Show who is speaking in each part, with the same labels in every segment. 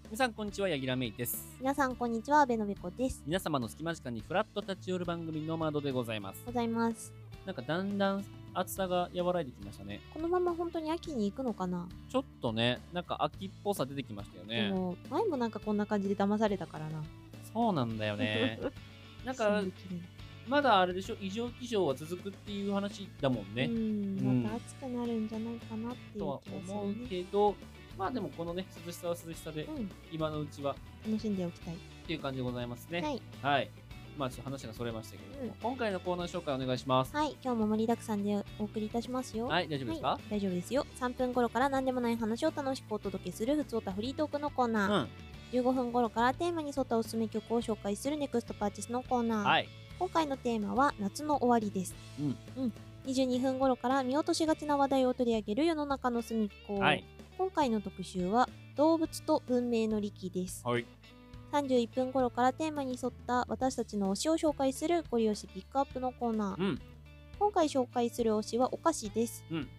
Speaker 1: 皆さんこんにちは、ヤギラメイです。
Speaker 2: 皆さんこんにちは、阿部のべこです。
Speaker 1: 皆様の隙間時間にフラッと立ち寄る番組ノマドでございます。なんかだんだん暑さが和らいできましたね。
Speaker 2: このまま本当に秋に行くのかな。
Speaker 1: ちょっとね、なんか秋っぽさ出てきましたよね。
Speaker 2: でも前もなんかこんな感じで騙されたからな。
Speaker 1: そうなんだよね。なんかまだあれでしょ、異常気象は続くっていう話だもんね。
Speaker 2: また暑くなるんじゃないかなっていう気がする、ね、とは
Speaker 1: 思うけど、まあでもこのね、涼しさは涼しさで、今のうちは
Speaker 2: 楽しんでおきたい
Speaker 1: っていう感じでございますね。
Speaker 2: はい。
Speaker 1: はい。まあちょっと話がそれましたけども、今回のコーナー紹介お願いします。
Speaker 2: はい、今日も盛りだくさんでお送りいたしますよ。
Speaker 1: はい、大丈夫ですか？
Speaker 2: 大丈夫ですよ。3分頃から何でもない話を楽しくお届けするふつおたフリートークのコーナー。15分頃からテーマに沿ったおすすめ曲を紹介するネクストパーティスのコーナー。はい。今回のテーマは夏の終わりです。22分頃から見落としがちな話題を取り上げる世の中の隅っこ。はい。今回の特集は動物と文明の利器です。はい。31分頃からテーマに沿った私たちの推しを紹介するご利用しピックアップのコーナー。今回紹介する推しはお菓子です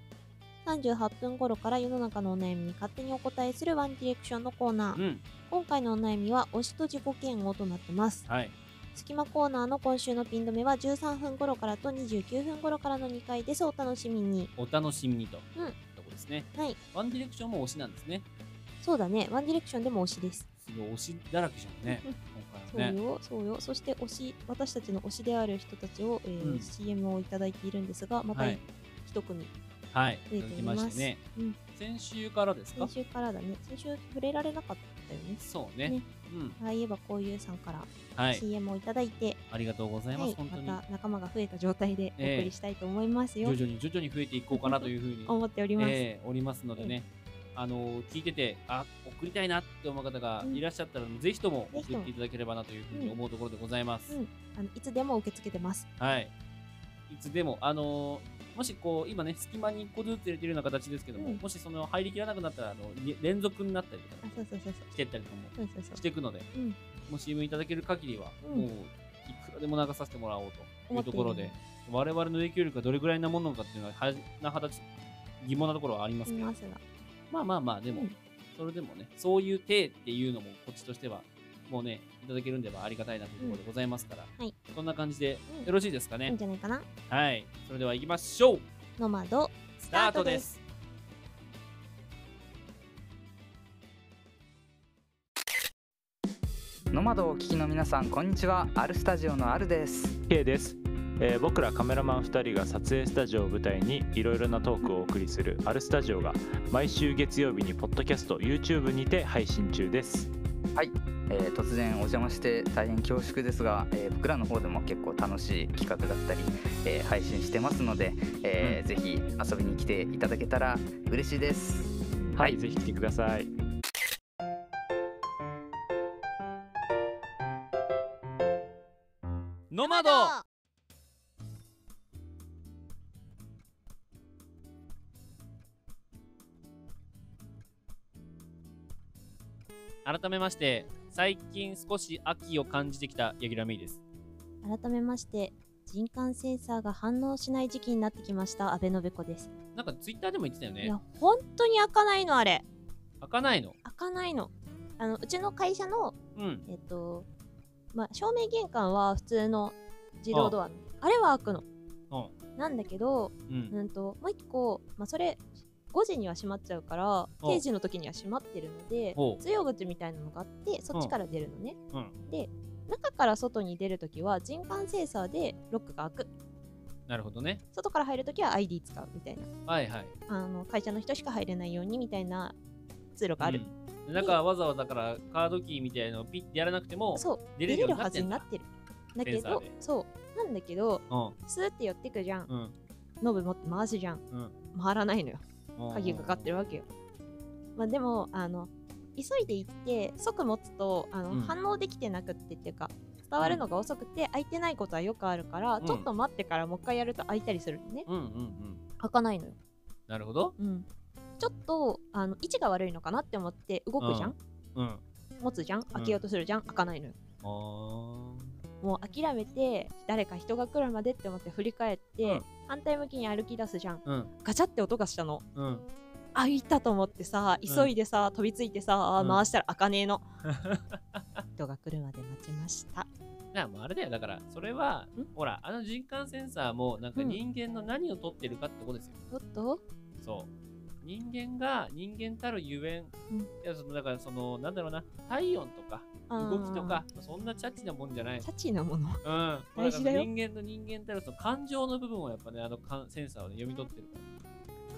Speaker 2: 。38分頃から世の中のお悩みに勝手にお答えするワンディレクションのコーナー。今回のお悩みは推しと自己嫌悪となってます。はい。隙間コーナーの今週のピン止めは13分頃からと29分頃からの2回です。お楽しみに。
Speaker 1: お楽しみにと。とこですね。はい。ワンディレクションも推しなんですね。
Speaker 2: そうだね。ワンディレクションでも推しです。
Speaker 1: すごい推しだらけじゃんね。
Speaker 2: 今回はね。そうよ、そうよ。そして私たちの推しである人たちを、CM をいただいているんですが、また一組。はい。増えています。ね。
Speaker 1: 先週からですか？
Speaker 2: 先週からだね。先週触れられなかったよね。
Speaker 1: そうね。
Speaker 2: ああいえばこういうさんから CM をいただいて、
Speaker 1: ありがとうございます。本当に
Speaker 2: また仲間が増えた状態でお送りしたいと思いますよ。
Speaker 1: 徐々に増えていこうかなというふうに
Speaker 2: 思っております。
Speaker 1: おりますのでね。聞いてて送りたいなって思う方がいらっしゃったら、ぜひとも送っていただければなというふうに思うところでございます。
Speaker 2: いつでも受け付けてます。
Speaker 1: はい。いつでももしこう今ね隙間に1個ずつ入れてるような形ですけども、もしその入りきらなくなったら連続になったりとかしてったりとかもしていくので、もし CM いただける限りはもういくらでも流させてもらおうというところで、我々の影響力がどれぐらいなものかっていうのははた疑問なところはありますけど、まあでもそれでもね、そういう体っていうのもこっちとしてはもうねいただけるんではありがたいなというところでございますから、こんな感じでよろしいですかね。
Speaker 2: いいんじゃないかな。
Speaker 1: はい、それでは行きましょう。
Speaker 2: ノマド
Speaker 1: スタートです。
Speaker 3: ノマドをお聞きの皆さん、こんにちは。アルスタジオのアルです。
Speaker 4: K です。僕らカメラマン2人が撮影スタジオを舞台にいろいろなトークをお送りするアルスタジオが毎週月曜日にポッドキャスト YouTube にて配信中です。
Speaker 3: はい、突然お邪魔して大変恐縮ですが、僕らの方でも結構楽しい企画だったり、配信してますので、ぜひ遊びに来ていただけたら嬉しいです。
Speaker 4: はい、ぜひ来てください。
Speaker 1: ノマド。改めまして最近少し秋を感じてきたヤギラメイです。
Speaker 2: 改めまして人感センサーが反応しない時期になってきました阿部のべこです。
Speaker 1: なんかツイッターでも言ってたよね。
Speaker 2: いや本当に開かないの。あれ
Speaker 1: 開かないの。
Speaker 2: うちの会社の正面玄関は普通の自動ドア、あれは開くの。なんだけど、もう一個、それ5時には閉まっちゃうから定時の時には閉まってるので、通用口みたいなのがあってそっちから出るのね。で中から外に出るときは人感センサーでロックが開く。
Speaker 1: なるほどね。
Speaker 2: 外から入るときは ID 使うみたいな。
Speaker 1: はいはい。
Speaker 2: 会社の人しか入れないようにみたいな通路がある。
Speaker 1: 中はわざわざからカードキーみたいなのをピッてやらなくても
Speaker 2: 出れるはずになってる。だけどなんだけどスーって寄ってくじゃん。ノブ持って回すじゃん。回らないのよ。鍵がかかってるわけよ。でも急いで行って即持つと反応できてなくってっていうか伝わるのが遅くて開いてないことはよくあるから、ちょっと待ってからもう一回やると開いたりするのね。開かないのよ。
Speaker 1: なるほど。
Speaker 2: ちょっと位置が悪いのかなって思って動くじゃん。持つじゃん。開けようとするじゃん。開かないのよ。もう諦めて誰か人が来るまでって思って振り返って、反対向きに歩き出すじゃん。ガチャって音がしたの。 あ、いたと思ってさ、急いでさ、飛びついてさ、回したら開かねえの。人が来るまで待ちました。
Speaker 1: もうあれだよ。だから、それは、ほら、あの人感センサーも、なんか人間の何を撮ってるかってことですよ。そう。人間が人間たるゆえん、だからなんだろうな、体温とか動きとか、そんなチャチなもんじゃない。
Speaker 2: チャチなもの。
Speaker 1: 大事だよ。人間の人間たる感情の部分をやっぱね、センサーを、ね、読み取ってるから。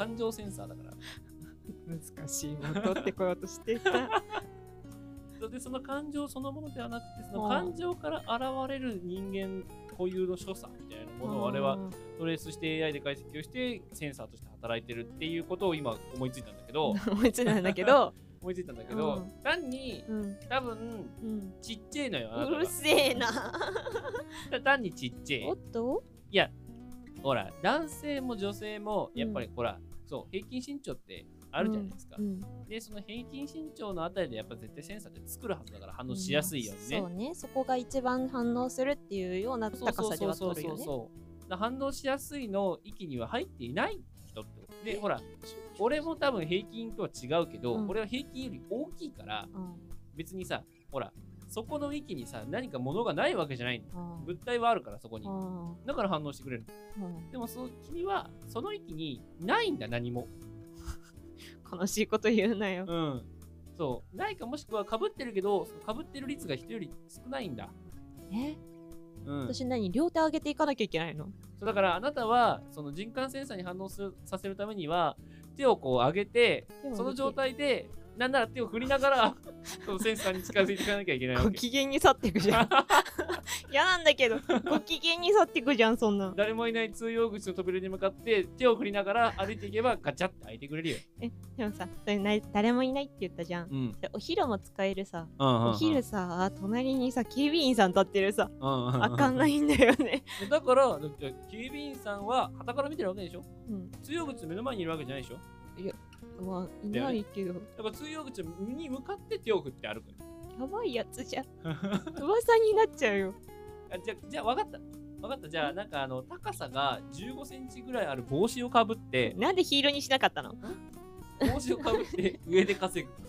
Speaker 1: 感情センサーだから。
Speaker 2: 難しいもの取ってこようとしてた。
Speaker 1: で、その感情そのものではなくて、その感情から現れる人間固有の所作みたいなものをあれはトレースして AI で解析をしてセンサーとして働いてるっていうことを今思いついたんだけど
Speaker 2: 思いついたんだけど
Speaker 1: 単に、多分、ちっちゃいのよ。
Speaker 2: うるせえな。
Speaker 1: 単にちっちゃい。
Speaker 2: おっと？
Speaker 1: いや、ほら、男性も女性もやっぱりほら、そう、平均身長ってあるじゃないですか。で、その平均身長のあたりでやっぱ絶対センサーって作るはずだから反応しやすいようにね。
Speaker 2: そうね、そこが一番反応するっていうような高さでは取るよね。
Speaker 1: 反応しやすいの域には入っていない人ってことで、ほら、俺も多分平均とは違うけど、俺は平均より大きいから、別にさ、ほら、そこの域にさ、何か物がないわけじゃないの。物体はあるから、そこに。だから反応してくれる。でも君はその域にないんだ、何も。
Speaker 2: 悲しいこと言うなよ。
Speaker 1: そう。ないかもしくは被ってるけど、被ってる率が人より少ないんだ。
Speaker 2: 私両手上げていかなきゃいけないの？
Speaker 1: そうだからあなたはその人感センサーに反応させるためには手をこう上げて、その状態でなんなら手を振りながらそのセンサーに近づいていかなきゃいけないわけ。
Speaker 2: ご機嫌に去っていくじゃん。嫌なんだけど、ご機嫌に去っていくじゃん、そんな。
Speaker 1: 誰もいない通用口の扉に向かって手を振りながら歩いていけばガチャって開いてくれるよ。
Speaker 2: でもさ、誰もいないって言ったじゃん。でお昼も使えるさ、お昼さ、隣にさ、警備員さん立ってるさ、開かないんだよね。
Speaker 1: だから、警備員さんは傍から見てるわけでしょ。通用口の目の前にいるわけじゃないでしょ。
Speaker 2: いや、まあ、いないけど。
Speaker 1: だから通用口に向かって手を振って歩く。
Speaker 2: やばいやつじゃん。噂になっちゃうよ。
Speaker 1: じゃあ分かった。じゃあなんか高さが15センチぐらいある帽子をかぶって。
Speaker 2: なんでヒールにしなかったの？
Speaker 1: 帽子をかぶって上で稼ぐ。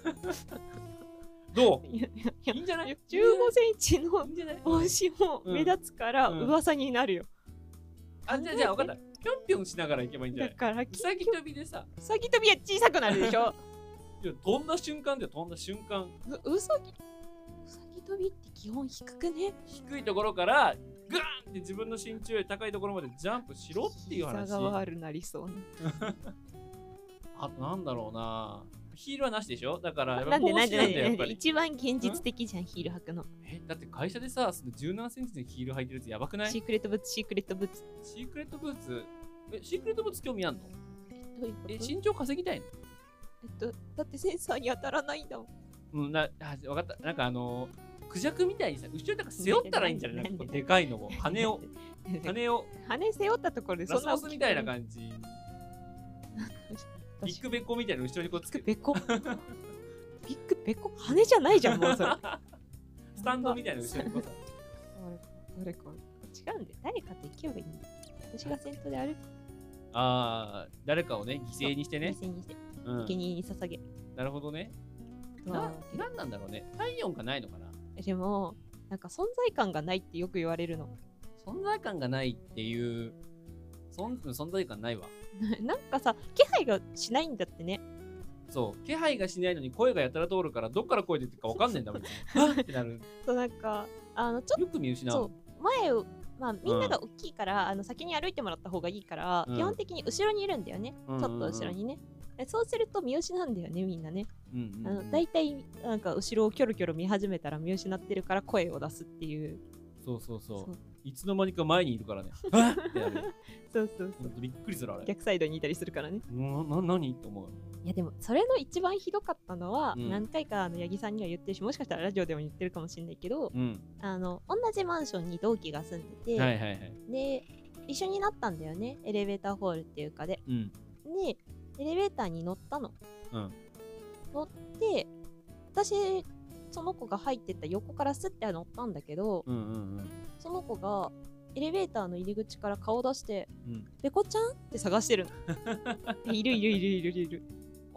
Speaker 1: どう？いいんじゃない？
Speaker 2: 15 センチの帽子も目立つから噂になるよ。
Speaker 1: じゃあ分かった。ぴょんぴょんしながら行けばいいんじゃない？
Speaker 2: だから
Speaker 1: うさぎ跳びでさ。
Speaker 2: うさぎ跳びは小さくなるでしょ。
Speaker 1: いや、飛んだ瞬間だよ、飛んだ瞬間。
Speaker 2: うさぎ跳びって基本低くね？
Speaker 1: 低いところからグーンって自分の身長より高いところまでジャンプしろっていう話。
Speaker 2: 膝が悪なりそうな。
Speaker 1: あとなんだろうな。ヒールはなしでしょ。だから
Speaker 2: なんで一番現実的じゃん、ヒール履くの。
Speaker 1: だって会社でさ、17センチでヒール履いてるやつやばくない？
Speaker 2: シークレットブーツ。シークレットブーツ
Speaker 1: シークレットブーツ興味あんの？身長稼ぎたいの？
Speaker 2: だってセンサーに当たらないんだもん。
Speaker 1: わかった。なんかクジャクみたいにさ、後ろなんか背負ったらいいんじゃない？でかいのを。羽
Speaker 2: 背負ったところで
Speaker 1: そんなラスボスみたいな感じ。ビッグベコみたいな後ろにこうつけて。
Speaker 2: ビッグベコ羽じゃないじゃん、もうそれ。
Speaker 1: スタンドみたいな後ろにこうさ。
Speaker 2: 誰か違うんで、誰かと行けばいいんだ。私が先頭で歩く。
Speaker 1: 誰かをね、犠牲にしてね。
Speaker 2: 犠牲にして。生贄に捧げ。
Speaker 1: なるほどね。なんなんだろうね。体温がないのかな？
Speaker 2: でも、なんか存在感がないってよく言われるの。
Speaker 1: 存在感がないっていう、存在感ないわ。
Speaker 2: なんかさ、気配がしないんだってね。
Speaker 1: そう、気配がしないのに声がやたら通るから、どっから声出てるかわかんないんだもん。ってなる。
Speaker 2: そう、なんか、ちょっと。
Speaker 1: よく見失う。そう、
Speaker 2: 前を、みんなが大きいから、先に歩いてもらった方がいいから、基本的に後ろにいるんだよね。ちょっと後ろにね。そうすると見失うんだよね、みんなね。だいたいなんか後ろをキョロキョロ見始めたら見失ってるから声を出すっていう。
Speaker 1: そう。いつの間にか前にいるからね。ってなる。
Speaker 2: そう。
Speaker 1: びっくりするあれ。
Speaker 2: 逆サイドにいたりするからね。
Speaker 1: 何と思う。
Speaker 2: いやでもそれの一番ひどかったのは、何回か八木さんには言ってるし、もしかしたらラジオでも言ってるかもしれないけど、同じマンションに同期が住んでて、で一緒になったんだよね、エレベーターホールっていうかで。でエレベーターに乗ったの。乗って私その子が入ってった横からスッて乗ったんだけど、その子がエレベーターの入り口から顔出して、ベコちゃんって探してるの。いる。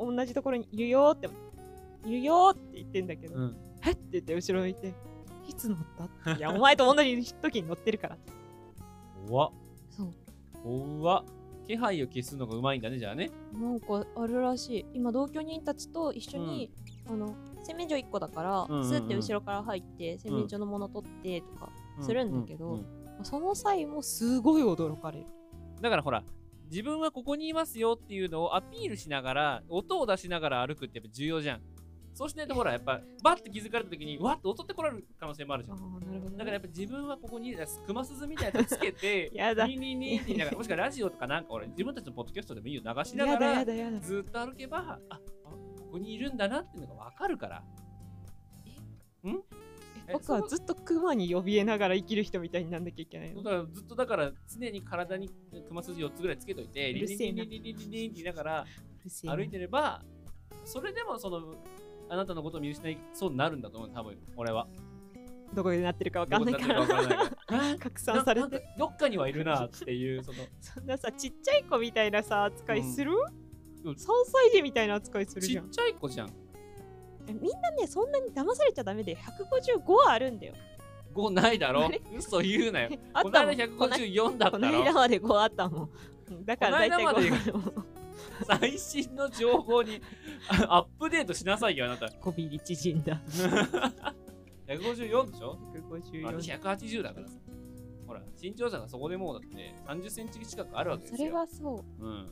Speaker 2: 同じところにいるよって言ってんだけど、えって言って後ろ向いて、いつ乗ったって、いやお前と同じ時に乗ってるから
Speaker 1: 怖っ。
Speaker 2: そう。
Speaker 1: 怖っ。気配を消すのがうまいんだね、じゃあね。
Speaker 2: なんかあるらしい。今同居人たちと一緒に、洗面所1個だから、スーって後ろから入って洗面所のもの取ってとかするんだけど、その際もすごい驚かれる。
Speaker 1: だからほら、自分はここにいますよっていうのをアピールしながら、音を出しながら歩くってやっぱ重要じゃん。そうしないとほら、やっぱバッて気づかれた時にわっと襲ってこられる可能性もあるじゃん。
Speaker 2: なるほど、ね、
Speaker 1: だからやっぱ自分はここにいる、熊鈴みたいなのつけて
Speaker 2: やだ
Speaker 1: ニーニーニーって言いながら、もしくはラジオとかなんか俺自分たちのポッドキャストでもいいよ、流しながらずっと歩けば、ここにいるんだなっていうのが分かるから。
Speaker 2: 僕はずっと熊に怯えながら生きる人みたいになんなきゃいけないの。
Speaker 1: だからずっとだから常に体に熊筋4つぐらいつけといて、リンリンリンリンリンリンって言いながら歩いてれば、それでもそのあなたのことを見失いそうになるんだと思う、多分俺は。
Speaker 2: どこでなってるか分かんないから拡散されて
Speaker 1: どっかにはいるなっていう
Speaker 2: そんなさ、ちっちゃい子みたいなさ扱いする、3歳児みたいな扱いするじゃん。
Speaker 1: ちっちゃい子じゃん。
Speaker 2: みんなね、そんなに騙されちゃダメで、155はあるんだよ。
Speaker 1: 5ないだろ、嘘言うなよ。この間154だったろ。この
Speaker 2: 間まで5あったもん。だから大体5。
Speaker 1: 最新の情報にアップデートしなさいよ、あなた。
Speaker 2: 5ミリ縮んだ。
Speaker 1: 154でしょ
Speaker 2: ?154。
Speaker 1: 180だからさ。ほら、身長差がそこでもうだって30センチ近くあるわけですよ。
Speaker 2: それはそう。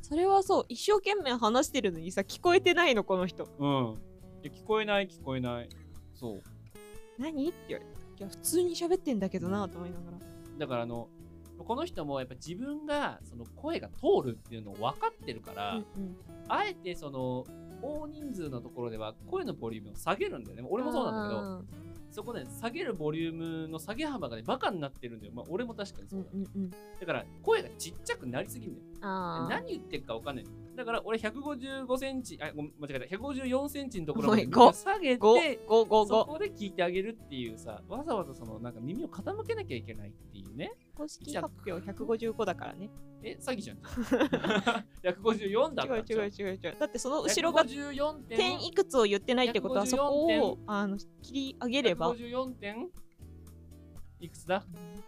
Speaker 2: それはそう。一生懸命話してるのにさ、聞こえてないの、この人。
Speaker 1: 聞こえない、聞こえない。そう。
Speaker 2: 何って言われて。いや、普通に喋ってんだけどなと思いながら。
Speaker 1: だからこの人もやっぱ自分がその声が通るっていうのを分かってるから、あえてその大人数のところでは声のボリュームを下げるんだよね。俺もそうなんだけど、そこで下げるボリュームの下げ幅がね、バカになってるんだよ。俺も確かにそうだ。だから声がちっちゃくなりすぎるんだよ。何言ってるか分かんない。だから俺155センチ、間違えた、154センチのところまで下げて、そこで聞いてあげるっていうさ、わざわざそのなんか耳を傾けなきゃいけないっていうね。
Speaker 2: 公式発表155だからね。
Speaker 1: 詐欺じゃん。154だった。
Speaker 2: 違う。だってその後ろが点いくつを言ってないってことは、そこを切り上げれば。
Speaker 1: 154点いくつだ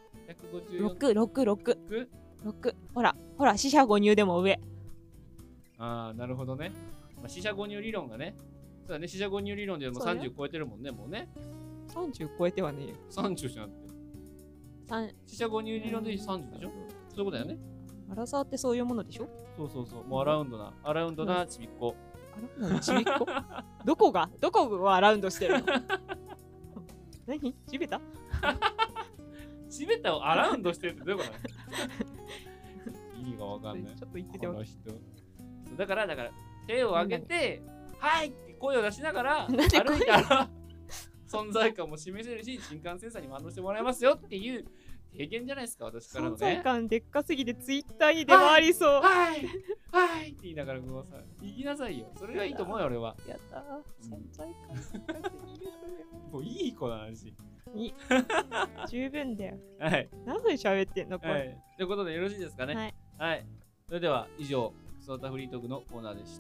Speaker 2: ?6。ほら、四捨五入でも上。
Speaker 1: なるほどね。四捨五入理論がね。そうだね、四捨五入理論でも30超えてるもんね、もうね。
Speaker 2: 30超えてはねえよ。
Speaker 1: 30じゃなくて。四捨五入理論で30でしょ、そういうことだよね。
Speaker 2: アラサーってそういうものでしょ。
Speaker 1: そう。もうアラウンドなちびっこ。
Speaker 2: アラウンドなちびっこどこがアラウンドしてるの何チベタ
Speaker 1: チベタをアラウンドしてるってどういうこと意味がわかんない。
Speaker 2: ちょっと言ってて
Speaker 1: この人。だから手を挙げて、はいって声を出しながら歩いたら存在感も示せるし、新幹線さんにも反応してもらえますよっていう経験じゃないですか、私からのね。
Speaker 2: 存在感でっかすぎてツイッターに出回りそう。
Speaker 1: はいって言いながらこうさ、行きなさいよ。それがいいと思うよ、俺は。
Speaker 2: やったー、存在感でっかすぎる。
Speaker 1: もういい子の話。
Speaker 2: 十分だよ。
Speaker 1: はい。
Speaker 2: 何分喋ってんのこれ。
Speaker 1: はい。ということでよろしいですかね。はい。それでは以上、ソータフリートークのコーナーでした。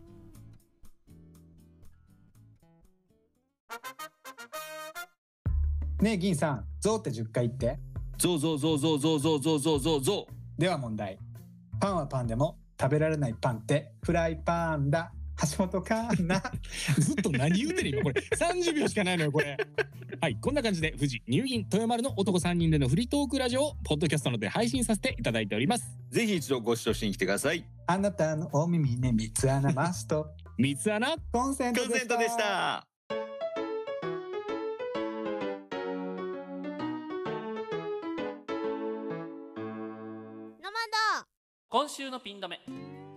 Speaker 5: ねえ銀さん、ゾウって10回言って。
Speaker 6: ゾウ。
Speaker 5: では問題。パンはパンでも食べられないパンってフライパンだ。橋本かな。
Speaker 6: ずっと何言うてる今これ30秒しかないのよこれ。はい、こんな感じで富士入銀豊丸の男3人でのフリートークラジオをポッドキャストので配信させていただいております。
Speaker 7: ぜひ一度ご視聴しに来てください。
Speaker 5: あなたのお耳に三つ穴マスト。
Speaker 6: 三つ穴
Speaker 5: コンセントでした。
Speaker 1: 今週のピン止め。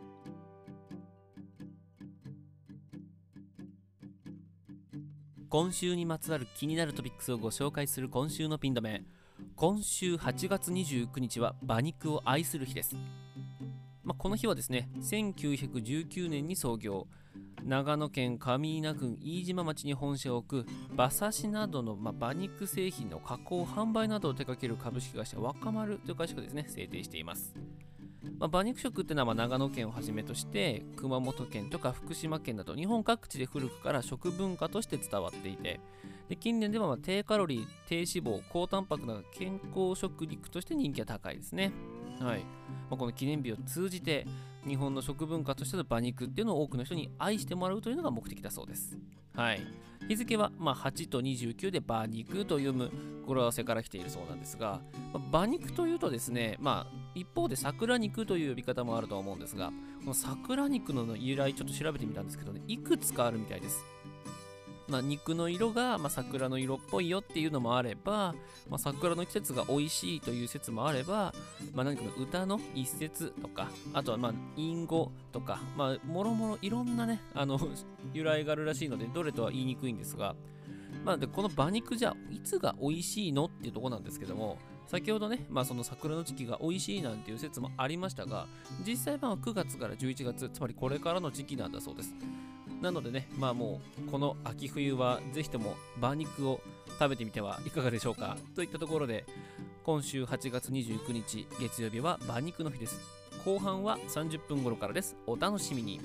Speaker 1: 今週にまつわる気になるトピックスをご紹介する今週のピン止め。今週8月29日は馬肉を愛する日です。この日はですね、1919年に創業、長野県上伊那郡飯島町に本社を置く馬刺しなどの馬肉製品の加工販売などを手掛ける株式会社若丸という会社がですね制定しています。 馬肉食っていうのは長野県をはじめとして熊本県とか福島県など日本各地で古くから食文化として伝わっていて、で近年では低カロリー、低脂肪、高タンパクな健康食肉として人気が高いですね。はい。この記念日を通じて日本の食文化としての馬肉っていうのを多くの人に愛してもらうというのが目的だそうです。はい。日付は8と29で馬肉と読む語呂合わせから来ているそうなんですが、馬肉というとですね、一方で桜肉という呼び方もあると思うんですが、この桜肉の由来ちょっと調べてみたんですけどね、いくつかあるみたいです。肉の色が、桜の色っぽいよっていうのもあれば、桜の季節が美味しいという説もあれば、何かの歌の一節とか、あとは隠語とか、もろもろいろんなね、由来があるらしいので、どれとは言いにくいんですが、でこの馬肉じゃいつが美味しいのっていうところなんですけども、先ほどね、その桜の時期が美味しいなんていう説もありましたが、実際9月から11月、つまりこれからの時期なんだそうです。なのでね、もうこの秋冬はぜひとも馬肉を食べてみてはいかがでしょうかといったところで、今週8月29日月曜日は馬肉の日です。後半は30分頃からです。お楽しみに。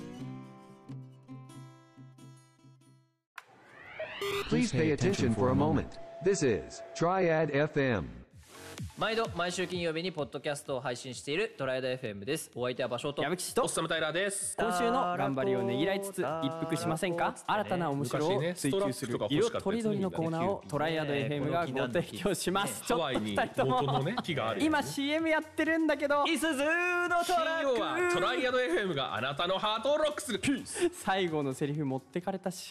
Speaker 8: Please pay attention for a moment. This is Triad FM.
Speaker 9: 毎週金曜日にポッドキャストを配信しているトライアド FM です。お相手は場所と
Speaker 10: 矢吹と
Speaker 11: おっさむタイラーです。
Speaker 10: 今週の頑張りをねぎらいつつ一服しませんか。新たな面白を追求する色とりどりのコーナーをトライアド FM がご提供します。
Speaker 11: ハワイに元のね木がある。
Speaker 10: 今 CM やってるんだけど、
Speaker 9: いすずのトラック。
Speaker 11: 金曜はトライアド FM があなたのハートをロックする。
Speaker 10: 最後のセリフ持ってかれたし。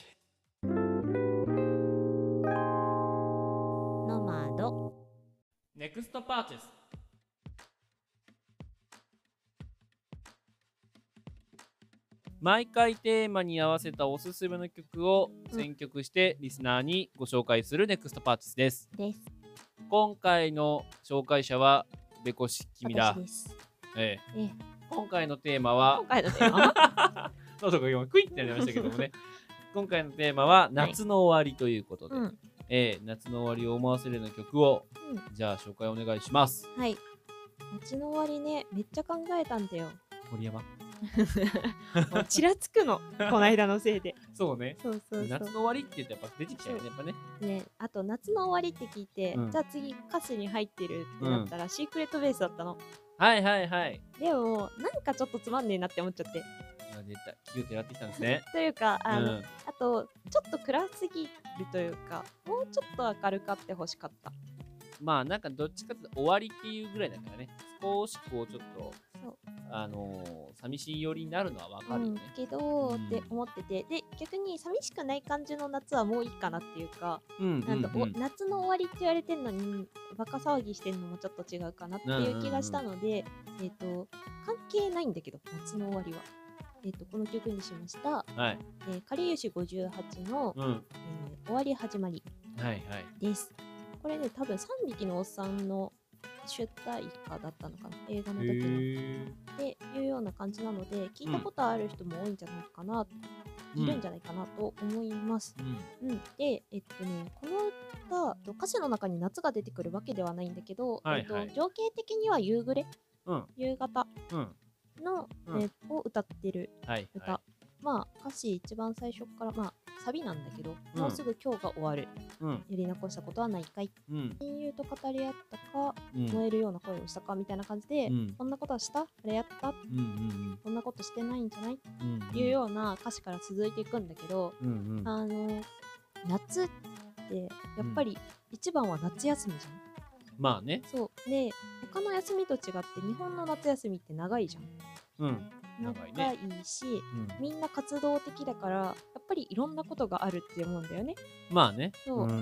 Speaker 2: ノマド
Speaker 1: ネクストパーチェス。毎回テーマに合わせたおすすめの曲を選曲してリスナーにご紹介するネクストパーチェスです。今回の紹介者はべこし君だ。今回のテーマはどうぞクイッてなりましたけどもね今回のテーマは夏の終わりということで、夏の終わりを思わせるような曲を、じゃあ紹介お願いします。
Speaker 2: はい。夏の終わりね、めっちゃ考えたんだよ。
Speaker 1: 森山
Speaker 2: もうちらつくのこないだのせいで。
Speaker 1: そうね。
Speaker 2: そう
Speaker 1: 夏の終わりって言ってやっぱ出てきちゃうよね、やっぱね。
Speaker 2: ね、あと夏の終わりって聞いて、じゃあ次歌詞に入ってるってなったら、シークレットベースだったの。
Speaker 1: はいはいはい。
Speaker 2: でもなんかちょっとつまんねえなって思っちゃって。
Speaker 1: 出た、気を狙ってきたんですね。
Speaker 2: というかあとちょっと暗すぎるというか、もうちょっと明るかってほしかった。
Speaker 1: なんかどっちかというと終わりっていうぐらいだからね、少しこうちょっと寂しい寄りになるのはわかるよね。
Speaker 2: けどって思ってて、で逆に寂しくない感じの夏はもういいかなっていうか、夏の終わりって言われてんのにバカ騒ぎしてんのもちょっと違うかなっていう気がしたので、関係ないんだけど夏の終わりは。この曲にしました。かりゆし58の、終わり始まりです。これね、多分3匹のおっさんの主題歌だったのかな、映画の時の。っていうような感じなので、聞いたことある人も多いんじゃないかな、いるんじゃないかなと思います。で、この歌、歌詞の中に夏が出てくるわけではないんだけど、情景的には夕暮れ、夕方。の、を歌ってる歌。歌詞一番最初から、サビなんだけど、もうすぐ今日が終わる。やり残したことはないかい。親友と語り合ったか、燃えるような声をしたかみたいな感じで、こんなことはした？あれやった？こんなことしてないんじゃない？っていうような歌詞から続いていくんだけど、夏ってやっぱり一番は夏休みじゃん。
Speaker 1: まあね。
Speaker 2: そうで、他の休みと違って日本の夏休みって長いじゃん。長いし、みんな活動的だからやっぱりいろんなことがあるって思うんだよね。
Speaker 1: まあね。
Speaker 2: そう、それ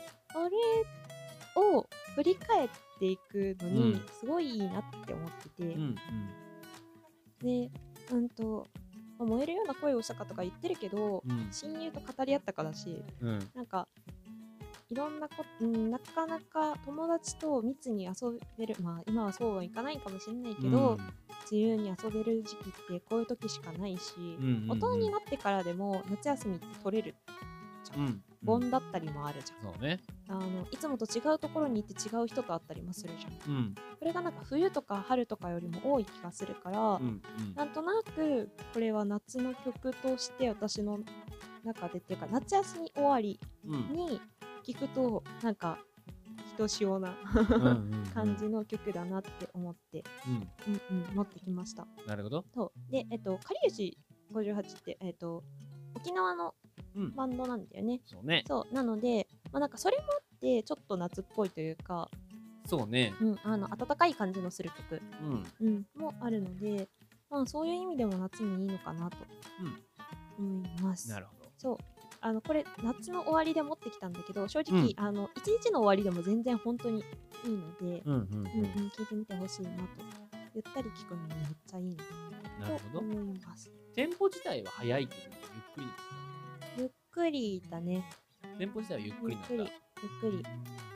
Speaker 2: を振り返っていくのにすごいいいなって思ってて、で、燃えるような声をしたかとか言ってるけど、親友と語り合ったかだし、なんかいろんななかなか友達と密に遊べる、今はそうはいかないかもしれないけど、自由に遊べる時期ってこういう時しかないし、大人になってからでも夏休みって取れるじゃ盆だったりもあるじゃん。
Speaker 1: そうね。
Speaker 2: いつもと違うところに行って違う人と会ったりもするじゃん。それがなんか冬とか春とかよりも多い気がするから、なんとなくこれは夏の曲として私の中でっていうか夏休み終わりに聞くとなんかひとしおな感じの曲だなって思って持ってきました。
Speaker 1: なるほど。
Speaker 2: そうで、かりゆし58って、沖縄のバンドなんだよね。
Speaker 1: そうね。
Speaker 2: そうなので、なんかそれもあってちょっと夏っぽいというか、
Speaker 1: そうね。
Speaker 2: 暖かい感じのする曲、もあるので、そういう意味でも夏にいいのかなと思います。
Speaker 1: なるほど。
Speaker 2: そうこれ夏の終わりで持ってきたんだけど、正直、一日の終わりでも全然本当にいいので、聞いてみてほしいなと。ゆったり聞くのにめっちゃいいのと思います。
Speaker 1: テンポ自体は速いけど
Speaker 2: ゆっくりだね。
Speaker 1: テンポ自体はゆっくりなんだ。
Speaker 2: ゆっくり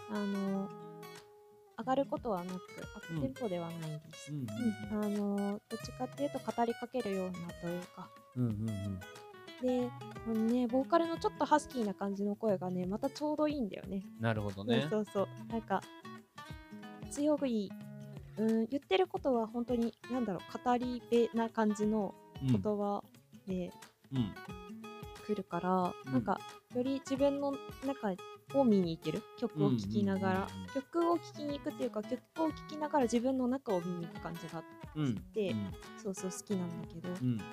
Speaker 2: 上がることはなくアップテンポではないです。どっちかっていうと語りかけるようなというか。で、ボーカルのちょっとハスキーな感じの声がね、またちょうどいいんだよね。
Speaker 1: なるほどね。
Speaker 2: そうなんか強い、言ってることは本当に語り部な感じの言葉で来るから、なんかより自分の中を見に行ける、曲を聴きながら、曲を聴きに行くっていうか、曲を聴きながら自分の中を見に行く感じがあって、そう好きなんだけど、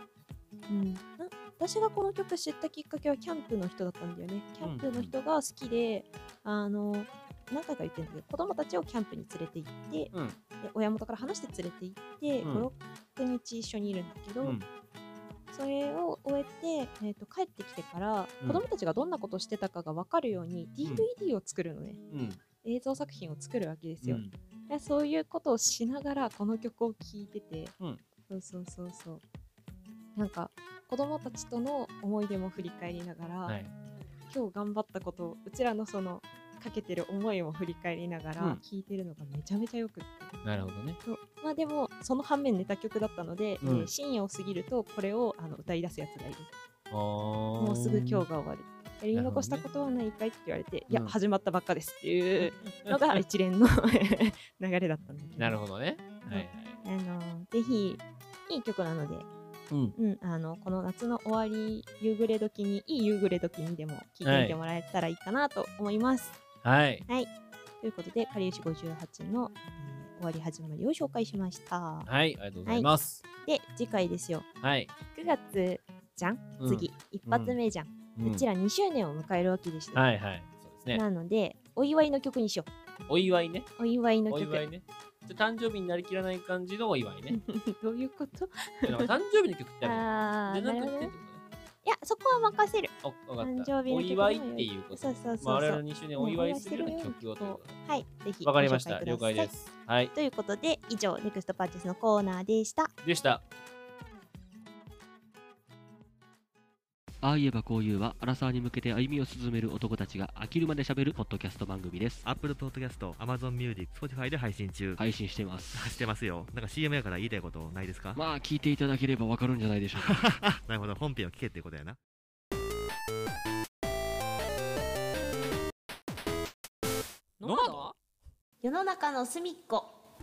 Speaker 2: 私がこの曲知ったきっかけはキャンプの人だったんだよね。キャンプの人が好きで、何回か言ってるんだけど、子供たちをキャンプに連れて行って、で親元から話して連れて行って、5、6日一緒にいるんだけど、それを終えて、帰ってきてから、子供たちがどんなことしてたかが分かるように DVD を作るのね。映像作品を作るわけですよ。そういうことをしながらこの曲を聴いてて、そうなんか子供たちとの思い出も振り返りながら、今日頑張ったことをうちらのそのかけてる思いも振り返りながら聴いてるのがめちゃめちゃよくって。
Speaker 1: なるほどね。
Speaker 2: でもその反面ネタ曲だったので、深夜を過ぎるとこれを歌い出すやつがいる。もうすぐ今日が終わる。やり残したことはないかいって言われて、いや始まったばっかですっていうのが一連の流れだったんだけど。
Speaker 1: なるほどね。
Speaker 2: ぜひいい曲なので、この夏の終わり夕暮れ時にいい夕暮れ時にでも聴いてみてもらえたらいいかなと思います。
Speaker 1: はい。
Speaker 2: ということで、かりゆし58の、終わり始まりを紹介しました。
Speaker 1: はい、ありがとうございます。
Speaker 2: で、次回ですよ。
Speaker 1: 9
Speaker 2: 月じゃん、次、一発目じゃん。うちら2周年を迎えるわけでした。
Speaker 1: そうですね。
Speaker 2: なので、お祝いの曲にしよ
Speaker 1: う。お祝いね。
Speaker 2: お祝いの曲。
Speaker 1: お祝いね。誕生日になりきらない感じのお祝いね。
Speaker 2: どういうこと？
Speaker 1: 誕生日の曲ってあるじゃなくてってことね。
Speaker 2: いや、そこは任せる。
Speaker 1: 誕生日の曲お祝いっていうこと。我々の2周年お祝いするような曲をということで。
Speaker 2: はい、ぜひ。
Speaker 1: わかりました。了解です。はい。
Speaker 2: ということで、以上、ネクストパーチェスのコーナーでした。
Speaker 12: ああ言えばこういうはアラサーに向けて歩みを進める男たちが飽きるまで喋るポッドキャスト番組です。
Speaker 13: Apple Podcast、Amazon Music、Spotify で配信中。
Speaker 12: 配信してます。
Speaker 13: してますよ。なんか CM やから言いたいことないですか？
Speaker 12: まあ聞いていただければわかるんじゃないでしょうか。
Speaker 13: なるほど、本編を聞けっていうことやな。
Speaker 2: ノマド？世の中の隅っこ。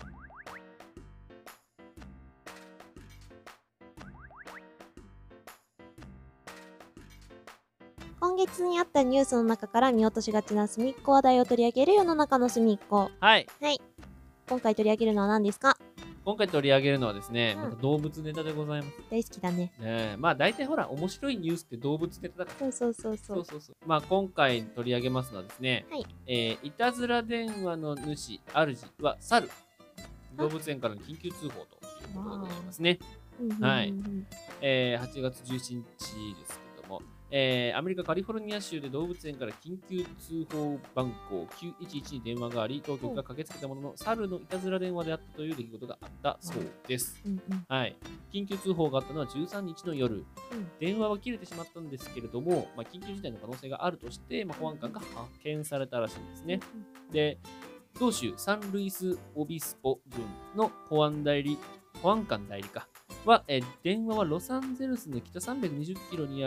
Speaker 2: 今月にあったニュースの中から見落としがちな隅っこ話題を取り上げる世の中の隅っこ。
Speaker 1: はい。
Speaker 2: 今回取り上げるのは何ですか？
Speaker 1: 今回取り上げるのはですね、また動物ネタでございます。
Speaker 2: 大好きだね。
Speaker 1: まあ大体ほら面白いニュースって動物ネタだから。
Speaker 2: そう。
Speaker 1: まあ今回取り上げますのはですね、いたずら電話の主は猿。動物園からの緊急通報ということでございますね。はい。8月17日ですけども、アメリカカリフォルニア州で動物園から緊急通報番号911に電話があり、当局が駆けつけたものの猿のいたずら電話であったという出来事があったそうです。はい。緊急通報があったのは13日の夜。電話は切れてしまったんですけれども、緊急事態の可能性があるとして、保安官が発見されたらしいんですね。で、同州サンルイス・オビスポ郡の保安官代理は、電話はロサンゼルスの北320キロにある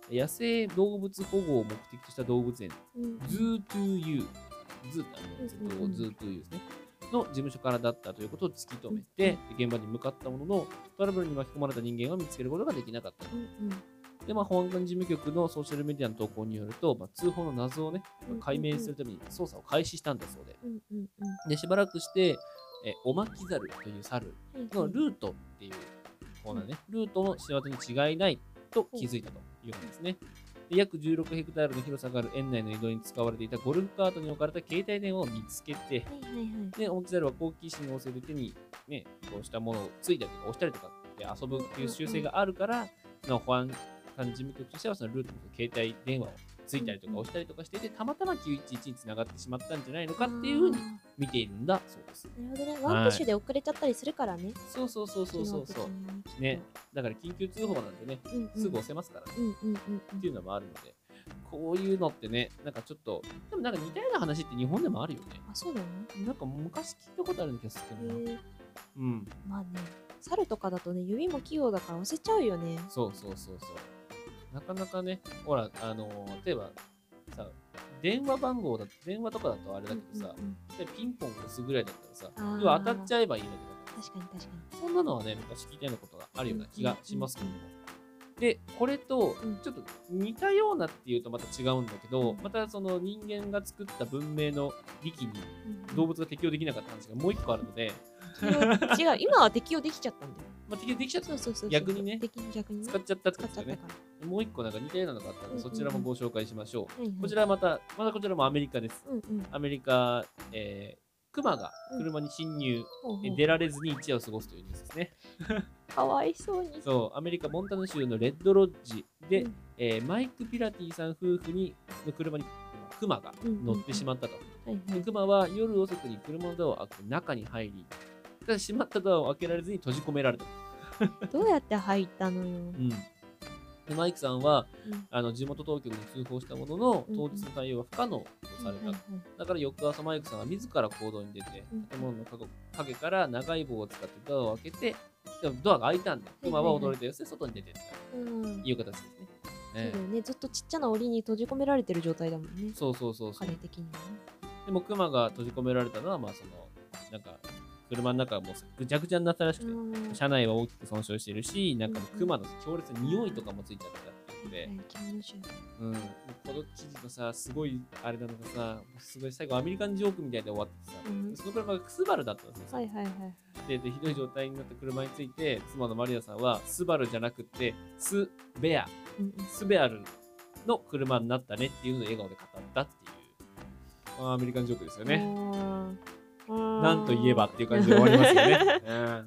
Speaker 1: 野生動物保護を目的とした動物園、Zoo2U、Zoo2U ですね。の事務所からだったということを突き止めて、現場に向かったものの、トラブルに巻き込まれた人間を見つけることができなかった。で、保安官事務局のソーシャルメディアの投稿によると、通報の謎をね、解明するために捜査を開始したんだそうで。で、しばらくして、オマキザルという猿のルートっていうコーナーね、ルートの仕業に違いないと気づいたということですね。で、約16ヘクタールの広さがある園内の移動に使われていたゴルフカートに置かれた携帯電話を見つけて、で、オマキザルは好奇心旺盛で手にね、こうしたものをついたりとか押したりとかで遊ぶっていう習性があるから、保安官事務局としてはそのルートの携帯電話をついたりとか押したりとかしていて、たまたま911につながってしまったんじゃないのかっていうふうに見ているんだそうです。
Speaker 2: なるほどね。ワンプッシュで遅れちゃったりするからね。
Speaker 1: そう。ね。だから緊急通報なんでね、すぐ押せますからね。っていうのもあるので、こういうのってね、なんかちょっと、でもなんか似たような話って日本でもあるよね。
Speaker 2: あ、そうなの？
Speaker 1: なんか昔聞いたことあるんですけどな。
Speaker 2: まあね、猿とかだとね、指も器用だから押せちゃうよね。
Speaker 1: そう。なかなかね、ほら、例えばさ、電話とかだとあれだけどさ、ピンポン押すぐらいだったらさ、要は当たっちゃえばいいだけだから。
Speaker 2: 確かに。
Speaker 1: そんなのはね、昔聞いたようなことがあるような気がしますけども。で、これと、ちょっと似たようなっていうとまた違うんだけど、またその人間が作った文明の利器に動物が適応できなかった話がもう一個あるので、
Speaker 2: 違う、今は適用できちゃったんだよ。
Speaker 1: 適用できちゃった。
Speaker 2: そう。
Speaker 1: 逆にね、
Speaker 2: 逆に
Speaker 1: 使っちゃったってことですよね。もう一個なんか似たようなのがあったので、そちらもご紹介しましょう。こちらまたこちらもアメリカです。アメリカ、クマが車に侵入、出られずに一夜を過ごすというニュースですね。
Speaker 2: かわいそうに。
Speaker 1: そう、アメリカ・モンタナ州のレッドロッジで、マイク・ピラティさん夫婦の車にクマが乗ってしまったと。クマは夜遅くに車のドアを開けて中に入り、閉まったドアを開けられずに閉じ込められた。
Speaker 2: どうやって入ったのよ。
Speaker 1: でマイクさんは、地元当局に通報したものの、当日の対応は不可能とされた。だから翌朝マイクさんは自ら行動に出て、建物の陰から長い棒を使ってドアを開けて、ドアが開いたんで、クマは驚いた様子で外に出ていったという形ですね。
Speaker 2: そうだよね。ずっとちっちゃな檻に閉じ込められてる状態だもんね。
Speaker 1: そう。
Speaker 2: 彼的にはね。
Speaker 1: でもクマが閉じ込められたのは、なんか、車の中がもうぐちゃぐちゃになったらしくて、車内は大きく損傷しているし、なんかクマの強烈な匂いとかもついちゃったっていうので、この記事のさ、すごいあれなのがさ、すごい最後アメリカンジョークみたいで終わってさ、その車がスバルだったんですよ。で、ひどい状態になった車について、妻のマリアさんは、スバルじゃなくて、スベアルの車になったねっていうのを笑顔で語ったっていう、アメリカンジョークですよね。なんと言えばっていう感じで終わりますよね。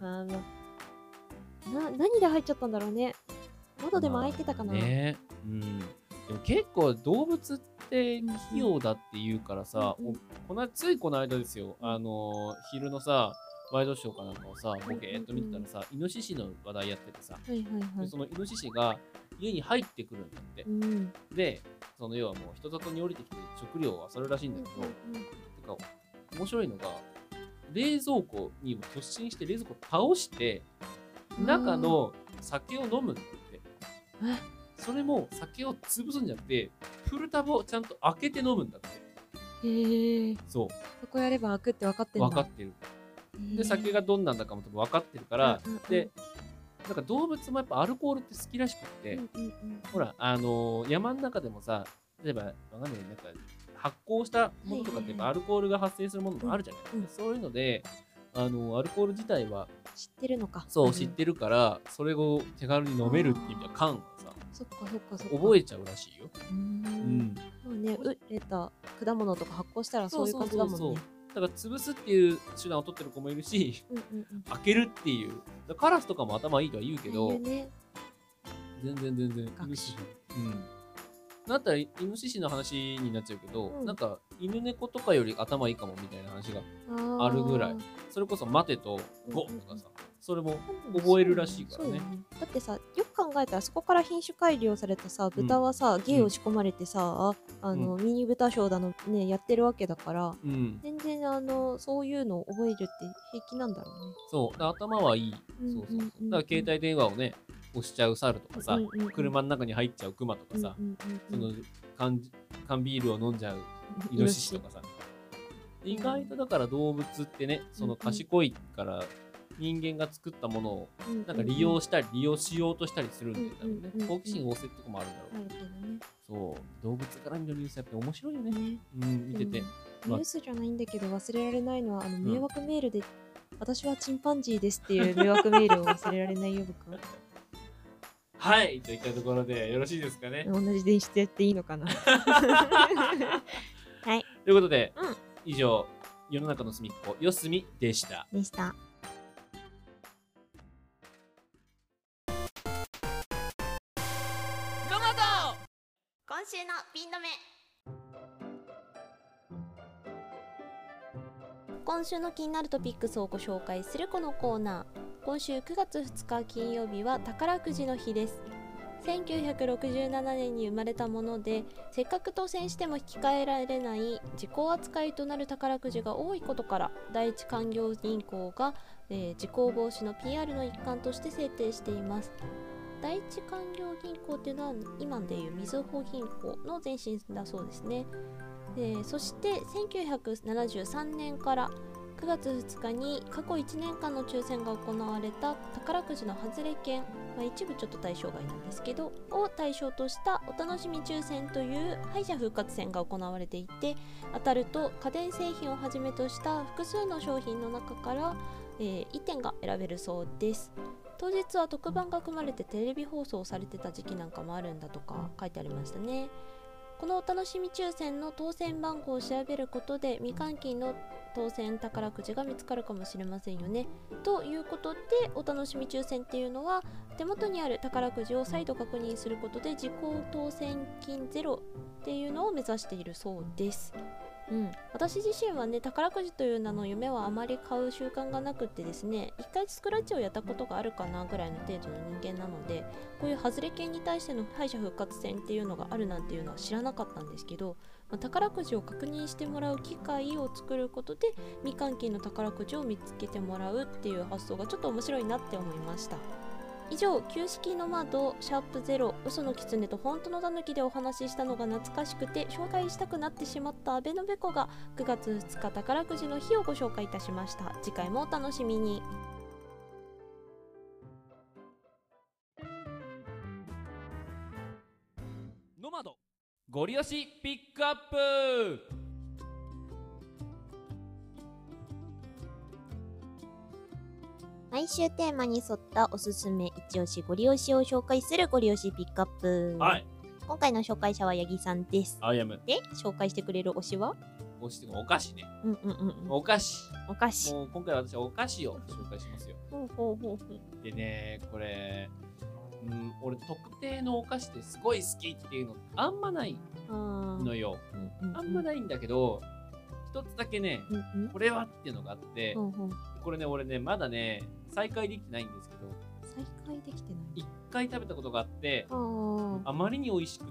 Speaker 2: 何で入っちゃったんだろうね。窓でも開いてたかな。
Speaker 1: でも結構動物って器用だって言うからさ、ついこの間ですよ、昼のさ、ワイドショーかなんかをさ、ボケーっと見てたらさ、イノシシの話題やっててさ、そのイノシシが家に入ってくるんだって。で、その要はもう人里に降りてきて食料を漁るらしいんだけど、面白いのが、冷蔵庫に突進して冷蔵庫を倒して、中の酒を飲むんだって。それも酒を潰すんじゃなくて、フルタブをちゃんと開けて飲むんだって。
Speaker 2: へえ。
Speaker 1: そう。
Speaker 2: そこやれば開くって分かってるんだ。
Speaker 1: 分かってる。で、酒がどんなんだかも多分分かってるから、で、なんか動物もやっぱアルコールって好きらしくって、ほら、山の中でもさ、例えば、わかんない、なんか、発酵したものとかってアルコールが発生するものもあるじゃないですか。そういうので、アルコール自体は
Speaker 2: 知ってるのか。
Speaker 1: そう、知ってるから、それを手軽に飲めるっていう意味では缶はさ、
Speaker 2: そっか。
Speaker 1: 覚えちゃうらしいよ。
Speaker 2: まあね、れた果物とか発酵したらそういう感じだもんね。
Speaker 1: だから潰すっていう手段を取ってる子もいるし、開けるっていう。カラスとかも頭いいとは言うけど、全然。だったらイノシシの話になっちゃうけど、なんか犬猫とかより頭いいかもみたいな話があるぐらい。それこそ待てとゴとかさ、それも覚えるらしいからね。
Speaker 2: だってさ、よく考えたらそこから品種改良されたさ、豚はさ、芸を仕込まれてさ、ミニ豚ショーだのね、やってるわけだから、全然そういうのを覚えるって平気なんだろうね。
Speaker 1: そう、頭はいい。そう。だから携帯電話をね、 押しちゃう猿とかさ、車の中に入っちゃうクマとかさ、その缶ビールを飲んじゃうイノシシとかさ、意外とだから動物ってね、その賢いから人間が作ったものをなんか利用したり利用しようとしたりするんだよね。好奇心旺盛とかもあるんだろう。そう、動物から見るニュースやっぱ面白いよね。見てて。
Speaker 2: ニュースじゃないんだけど忘れられないのは迷惑メールで、私はチンパンジーですっていう迷惑メールを忘れられないよ僕は。
Speaker 1: はい、といったところでよろしいですかね。
Speaker 2: 同じ電子でやっていいのかな。はい。
Speaker 1: ということで、以上世の中の隅っこよすみでした。
Speaker 2: でした。今週のピン止め。今週の気になるトピックスをご紹介するこのコーナー。今週9月2日金曜日は宝くじの日です。1967年に生まれたもので、せっかく当選しても引き換えられない時効扱いとなる宝くじが多いことから、第一勧業銀行が、時効防止の PR の一環として制定しています。第一勧業銀行っていうのは今でいうみずほ銀行の前身だそうですね。そして1973年から9月2日に過去1年間の抽選が行われた宝くじの外れ券、一部ちょっと対象外なんですけどを対象としたお楽しみ抽選という敗者復活戦が行われていて、当たると家電製品をはじめとした複数の商品の中から、1点が選べるそうです。当日は特番が組まれてテレビ放送されてた時期なんかもあるんだとか書いてありましたね。このお楽しみ抽選の当選番号を調べることで未換金の当選宝くじが見つかるかもしれませんよね。ということで、お楽しみ抽選っていうのは手元にある宝くじを再度確認することで時効当選金ゼロっていうのを目指しているそうです。私自身はね、宝くじという名の夢はあまり買う習慣がなくってですね、一回スクラッチをやったことがあるかなぐらいの程度の人間なので、こういう外れ券に対しての敗者復活戦っていうのがあるなんていうのは知らなかったんですけど、宝くじを確認してもらう機会を作ることで未換金の宝くじを見つけてもらうっていう発想がちょっと面白いなって思いました。以上、旧式の窓#0嘘の狐と本当の狸でお話ししたのが懐かしくて紹介したくなってしまった阿部のべこが9月2日宝くじの日をご紹介いたしました。次回もお楽しみに。
Speaker 1: ノマドゴリ押しピックアップ。
Speaker 2: 毎週テーマに沿ったおすすめ一押しゴリ押しを紹介するゴリ押しピックアップ。
Speaker 1: はい。
Speaker 2: 今回の紹介者は八木さんです。
Speaker 1: アイアム。
Speaker 2: で、紹介してくれる推しは？
Speaker 1: 推しってお菓子ね。お菓子。
Speaker 2: お菓子。
Speaker 1: もう今回私はお菓子を紹介しますよ。でね、これ、俺特定のお菓子ですごい好きっていうのあんまないのよ。あんまないんだけど、一つだけね、これはっていうのがあって、これね、俺ね、まだね、再開できてないんですけど、
Speaker 2: 再開できてない
Speaker 1: 一回食べたことがあって、あまりに美味しくって、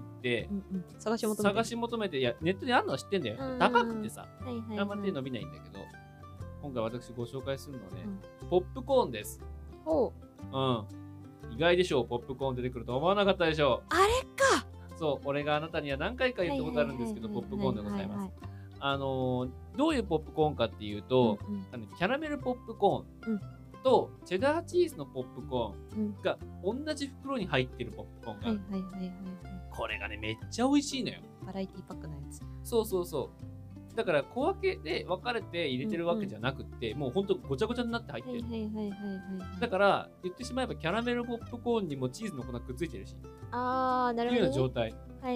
Speaker 2: 探し
Speaker 1: 求めて、いや、ネットであるのは知ってんだよ。高くてさ、あんま手伸びないんだけど、今回私ご紹介するのはね、ポップコーンです。意外でしょう、ポップコーン出てくると思わなかったでしょう。
Speaker 2: あれか。
Speaker 1: そう、俺があなたには何回か言ったことあるんですけど、ポップコーンでございます。どういうポップコーンかっていうと、キャラメルポップコーンとチェダーチーズのポップコーンが同じ袋に入ってるポップコーンがある。これがね、めっちゃ美味しいのよ。
Speaker 2: バラエティパックのやつ。
Speaker 1: そう。だから小分けで分かれて入れてるわけじゃなくって、もうほんとごちゃごちゃになって入ってる。だから言ってしまえばキャラメルポップコーンにもチーズの粉くっついてるし。
Speaker 2: なるほど。
Speaker 1: っていうような状態。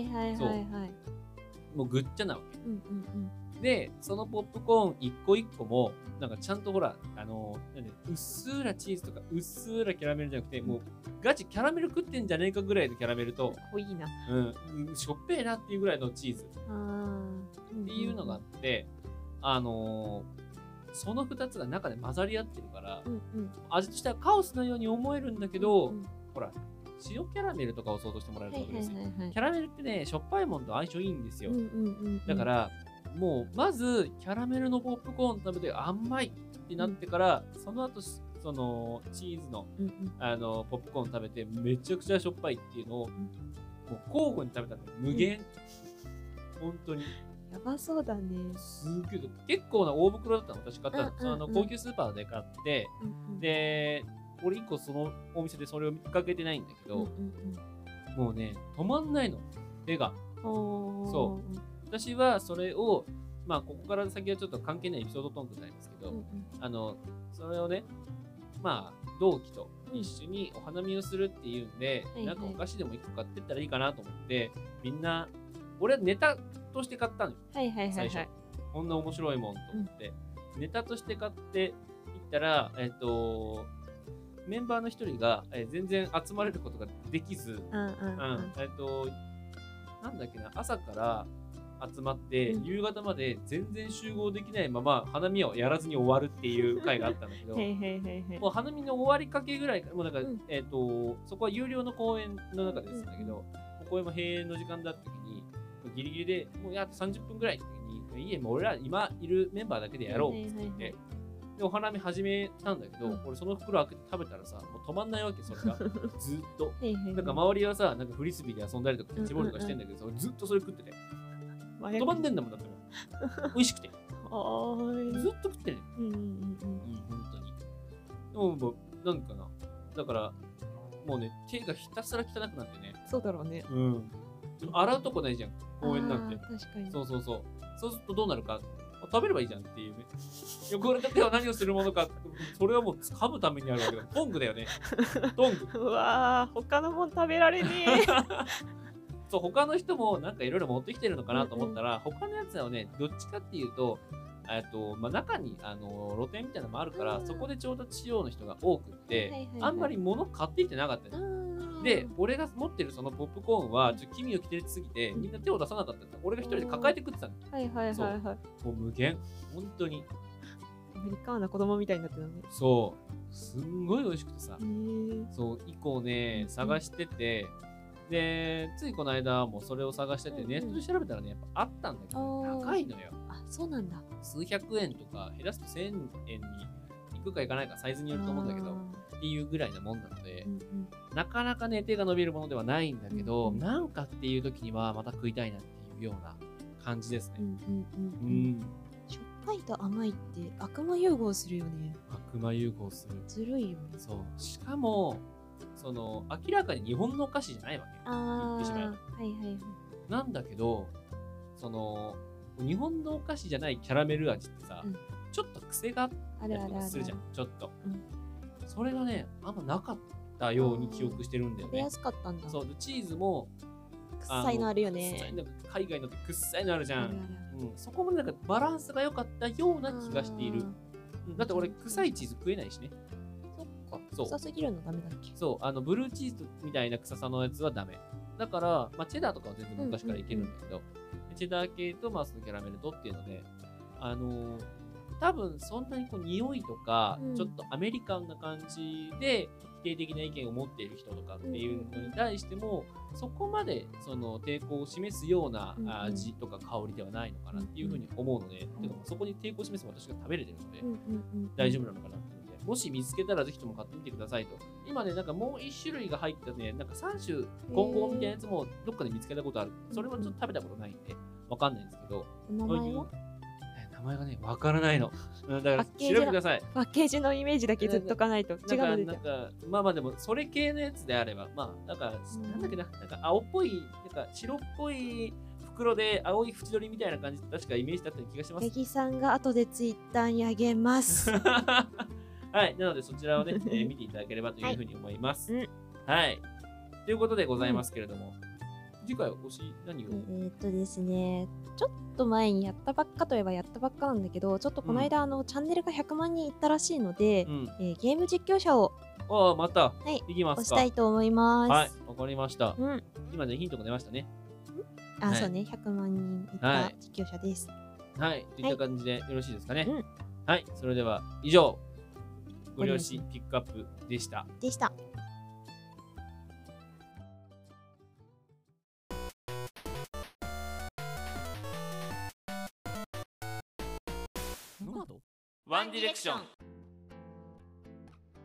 Speaker 2: そう
Speaker 1: もうぐっちゃなわけ。で、そのポップコーン一個一個も、なんかちゃんとほら、うっすらチーズとか、うっすらキャラメルじゃなくて、もうガチキャラメル食ってんじゃねえかぐらいのキャラメルと、
Speaker 2: いいな。
Speaker 1: しょっぺーなっていうぐらいのチーズ。っていうのがあって、その2つが中で混ざり合ってるから、味としてはカオスのように思えるんだけど、ほら、塩キャラメルとかを想像してもらえると思うんですよ。キャラメルってね、しょっぱいもんと相性いいんですよ。だから、もうまずキャラメルのポップコーン食べて甘いってなってから、その後そのチーズの、ポップコーン食べてめちゃくちゃしょっぱいっていうのを、もう交互に食べたの無限、本当に
Speaker 2: やばそうだね。
Speaker 1: すげえ結構な大袋だったの。私買ったの、高級スーパーで買って、で俺以降そのお店でそれを見かけてないんだけど、もうね止まんないの手が。そう私はそれをまあここから先はちょっと関係ないエピソードトークになりますけど、それをねまあ同期と一緒にお花見をするっていうんで、なんかお菓子でも1個買ってったらいいかなと思って、みんな俺はネタとして買ったのよ。最初こんな面白いもんと思って、ネタとして買っていったらメンバーの一人が、全然集まれることができず、なんだっけな、朝から集まって、夕方まで全然集合できないまま花見をやらずに終わるっていう回があったんだけどもう花見の終わりかけぐらいからもうなんか、そこは有料の公園の中ですんだけど、公園も閉園の時間だった時にギリギリでもうあと30分ぐらいの時にもう俺ら今いるメンバーだけでやろうって言って、でお花見始めたんだけど、俺その袋開けて食べたらさ、もう止まんないわけ、それがずっとなんか周りはさ、なんかフリスビーで遊んだりとかキャッチボールとかしてんだけど、ずっとそれ食ってて止まんねんだもん。だってもう美味しくてずっと食ってる。本当に。でももうなんかな、だからもうね手がひたすら汚くなってね。
Speaker 2: そうだろうね。
Speaker 1: 洗うとこないじゃん、公園なんて。
Speaker 2: 確かに。
Speaker 1: そうするとどうなるか、食べればいいじゃんっていうね。汚れた手は何をするものか、それはもう噛むためにあるわけだ。トングだよね。トング。
Speaker 2: うわー、他のもん食べられねえ。
Speaker 1: そう、他の人もなんかいろいろ持ってきてるのかなと思ったら、他のやつはね、どっちかっていうと、まあ、中に露店みたいなのもあるから、そこで調達しようの人が多くって、あんまり物買っていってなかったで、俺が持ってるそのポップコーンはちょっと黄身を着てるすぎて、みんな手を出さなかったんだ。俺が一人で抱えて食ってたの。もう無限、本当に。
Speaker 2: アメリカンな子供みたいになってたね。
Speaker 1: そう、すんごい美味しくてさ。そう、以降ね、探してて、で、ついこの間もそれを探してて、ネットで調べたらね、やっぱあったんだけど、高いのよ。
Speaker 2: あ、そうなんだ。
Speaker 1: 数百円とか、減らすと1000円に行くか行かないかサイズによると思うんだけど、っていうぐらいなもんなので、なかなかね、手が伸びるものではないんだけど、なんかっていう時にはまた食いたいなっていうような感じですね。
Speaker 2: しょっぱいと甘いって悪魔融合するよね。
Speaker 1: 悪魔融合する。
Speaker 2: ずるいよね。
Speaker 1: そう。しかも、その明らかに日本のお菓子じゃないわけ。言ってしまえば。なんだけど、その日本のお菓子じゃないキャラメル味ってさ、ちょっと癖があったりとかするじゃん。ちょっと。それがね、あんまなかったように記憶してるんだよね。
Speaker 2: 食べやすかったんだ。
Speaker 1: そう、チーズも
Speaker 2: 臭いのあるよね。
Speaker 1: 海外のって臭いのあるじゃん。そこもなんかバランスが良かったような気がしている。だって俺臭いチーズ食えないしね。
Speaker 2: そう。臭すぎるのダメだっけ？
Speaker 1: そう、ブルーチーズみたいな臭さのやつはダメ。だから、まあ、チェダーとかは全然昔からいけるんだけど、チェダー系とマスのキャラメルとっていうので、多分そんなにこう匂いとか、ちょっとアメリカンな感じで否定的な意見を持っている人とかっていうのに対しても、そこまでその抵抗を示すような味とか香りではないのかなっていうふうに思うので、そこに抵抗を示す私が食べれてるので、大丈夫なのかなっていうので、もし見つけたらぜひとも買ってみてくださいと。今ね、なんかもう1種類が入ったね、なんか3種混合みたいなやつもどっかで見つけたことある。それはちょっと食べたことないんで、わかんないんですけど、
Speaker 2: 名前は
Speaker 1: 名前がね、わからないの。だから調べてください。
Speaker 2: パッケージのイメージだけずっとかないと違うの出ちゃう。
Speaker 1: まあでも、それ系のやつであれば、まあ、なんか、なんだっけな、なんか青っぽい、なんか白っぽい袋で青い縁取りみたいな感じで確かイメージだったような気がします。
Speaker 2: ネギさんが後でツイッターにあげます。
Speaker 1: はい、なのでそちらをね、見ていただければというふうに思います。はい。ということでございますけれども、次回推し何を
Speaker 2: ですね、ちょっと前にやったばっかといえばやったばっかなんだけど、ちょっとこの間、チャンネルが100万人いったらしいので、ゲーム実況者を
Speaker 1: また、いきますか。
Speaker 2: 押したいと思います。
Speaker 1: はい、わかりました。今ね、ヒントが出ましたね。
Speaker 2: そうね、100万人いった実況者です。
Speaker 1: はい、といった感じでよろしいですかね。はい、それでは以上、ご両親ピックアップでした。ワンディレクション。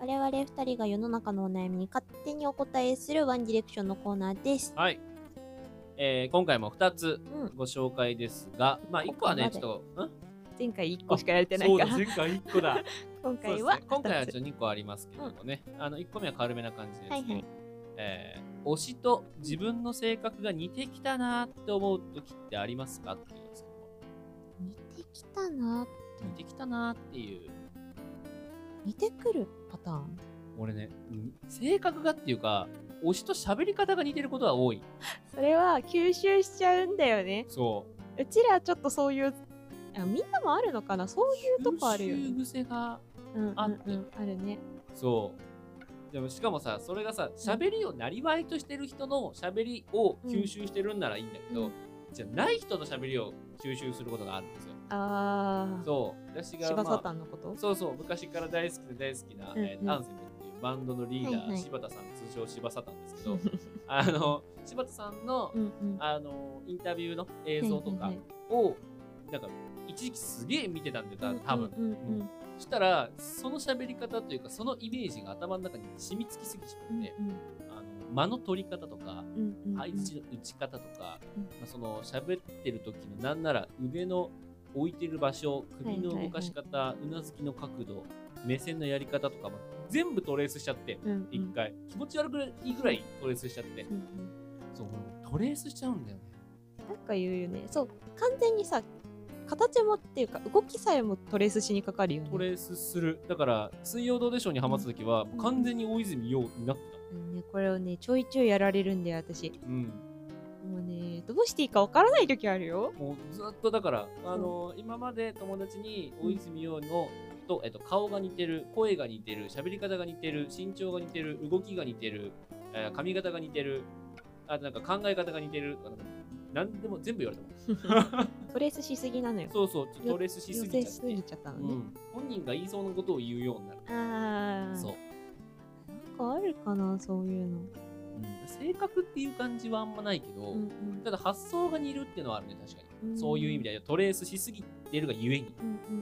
Speaker 2: 我々2人が世の中のお悩みに勝手にお答えするワンディレクションのコーナーです。
Speaker 1: はい。今回も2つご紹介ですが、まあ1個はね、ちょっと、
Speaker 2: 前回1個しかやれてないから。
Speaker 1: そうだ、前回1個だ。
Speaker 2: 今回は
Speaker 1: 今回はちょっと2個ありますけどもね、1個目は軽めな感じです。はいはい。推しと自分の性格が似てきたなって思う時ってありますかっていうんですけども。
Speaker 2: 似てきたなって。
Speaker 1: 似てきたなっていう。
Speaker 2: 似てくるパターン？
Speaker 1: 俺ね、性格がっていうか、推しと喋り方が似てることが多い。
Speaker 2: それは吸収しちゃうんだよね。
Speaker 1: そう。
Speaker 2: うちらちょっとそういう、みんなもあるのかな、そういうとこあるよね。
Speaker 1: 吸収癖があって、
Speaker 2: あるね。
Speaker 1: そう。でもしかもさ、それがさ、喋りをなりわいとしてる人の喋りを吸収してるんならいいんだけど、じゃない人の喋りを吸収することがあるんですよ。そう。私が、
Speaker 2: 柴田さんのこと？
Speaker 1: そうそう。昔から大好きなアンセムっていうバンドのリーダー、柴田さん、通称柴サタンですけど、柴田さんの、インタビューの映像とかを、なんか、一時期すげえ見てたんで、多分。そしたら、その喋り方というか、そのイメージが頭の中に染みつきすぎちゃって、間の取り方とか、相槌の打ち方とか、その喋ってる時のなんなら腕の置いてる場所、首の動かし方、うなずきの角度、目線のやり方とかも全部トレースしちゃって、一回気持ち悪くいいぐらいトレースしちゃって、そうトレースしちゃうんだよね。
Speaker 2: なんか言うよね。そう完全にさ、形もっていうか動きさえもトレースしにかかるよね。
Speaker 1: トレースする。だから水曜どうでしょうにハマった時は、完全に大泉洋になってた。
Speaker 2: これをねちょいちょいやられるんだよ私。もうねどうしていいかわからない時あるよ。
Speaker 1: もうずっとだから今まで友達に大泉洋のと顔が似てる、声が似てる、喋り方が似てる、身長が似てる、動きが似てる、髪型が似てる、あとなんか考え方が似てる、なんでも全部言われたもん。
Speaker 2: トレースしすぎなのよ。
Speaker 1: そうそう、トレースしすぎちゃって。
Speaker 2: 寄せすぎちゃったのね。
Speaker 1: 本人が言いそうなことを言うようになる。そう。
Speaker 2: なんかあるかな、そういうの。
Speaker 1: 性格っていう感じはあんまないけど、ただ発想が似るっていうのはあるね、確かに。そういう意味でトレースしすぎてるがゆえに。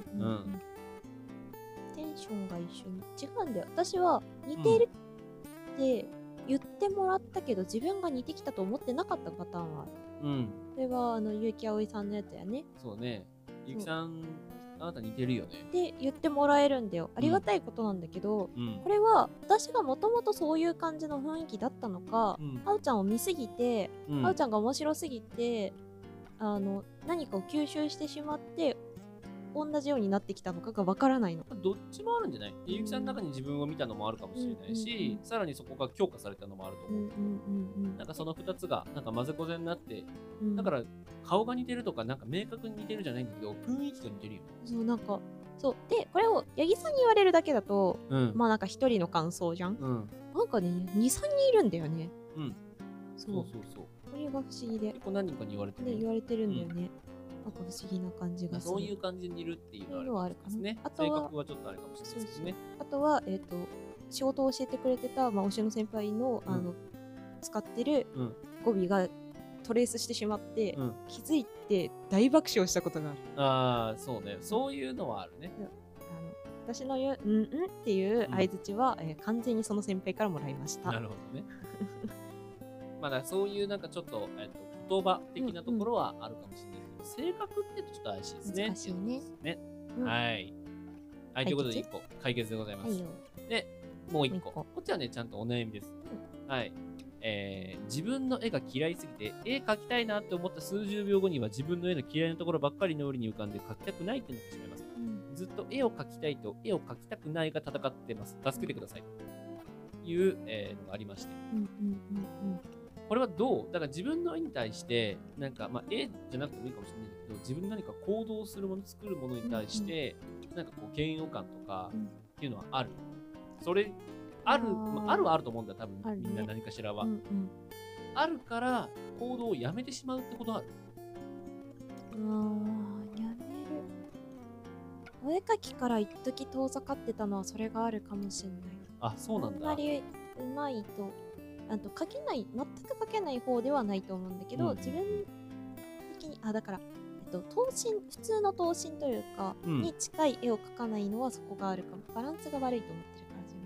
Speaker 2: テンションが一緒に違うんだよ。私は似てるって言ってもらったけど、自分が似てきたと思ってなかったパターンはある。それは結城葵さんのやつやね。
Speaker 1: そうね。結城さん、あなた似てるよね。
Speaker 2: って言ってもらえるんだよ。ありがたいことなんだけど、これは私がもともとそういう感じの雰囲気だったのか、あおちゃんを見すぎて、あおちゃんが面白すぎて、何かを吸収してしまって同じようになってきたのかがわからないの。
Speaker 1: どっちもあるんじゃない？結城さんの中に自分を見たのもあるかもしれないし、さらにそこが強化されたのもあると思う。なんかその2つがなんか混ぜこぜになって、だから顔が似てるとかなんか明確に似てるじゃないんだけど、雰囲気が似てるよ。
Speaker 2: そうなんかそうでこれを八木さんに言われるだけだと、まあなんか一人の感想じゃん。なんかね2、3人いるんだよね。
Speaker 1: そう。
Speaker 2: これが不思議で。
Speaker 1: 結構何人かに言われてる。
Speaker 2: 言われてるんだよね。なんか不思議な感じがする。
Speaker 1: そういう感じにいるっていうのはあるかもしれないですね。性格はちょっとあれかもしれないですね。
Speaker 2: あとは仕事を教えてくれてた推しの先輩の使ってる語尾がトレースしてしまって気づいて大爆笑したことがある。
Speaker 1: ああ、そうね。そういうのはあるね。
Speaker 2: 私の言ううんっていう相槌は完全にその先輩からもらいました。
Speaker 1: なるほどね。まだそういうなんかちょっと言葉的なところはあるかもしれないけど、性格ってちょっと怪しいですね。
Speaker 2: 難しいね。
Speaker 1: はい。はい、ということで1個解決でございます。で、もう1個。こっちはね、ちゃんとお悩みです。はい。自分の絵が嫌いすぎて、絵描きたいなって思った数十秒後には自分の絵の嫌いなところばっかり脳裏に浮かんで描きたくないってなってしまいます。ずっと絵を描きたいと絵を描きたくないが戦ってます。助けてください。というのがありまして。これはどう？だから自分の絵に対して、なんか、まあ、絵じゃなくてもいいかもしれないけど、自分で何か行動するもの、作るものに対して、なんかこう、嫌悪感とかっていうのはある。それ、あるはあると思うんだよ、多分、みんな何かしらは。あるから、行動をやめてしまうってことはある。
Speaker 2: やめる。お絵描きから一時遠ざかってたのはそれがあるかもしれない。
Speaker 1: あ、そうなんだ。
Speaker 2: あんまりうまいと。描けない、全く描けない方ではないと思うんだけど、自分的に、だから、普通の等身というか、に近い絵を描かないのはそこがあるかも。バランスが悪いと思ってるから、自分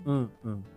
Speaker 2: というのはある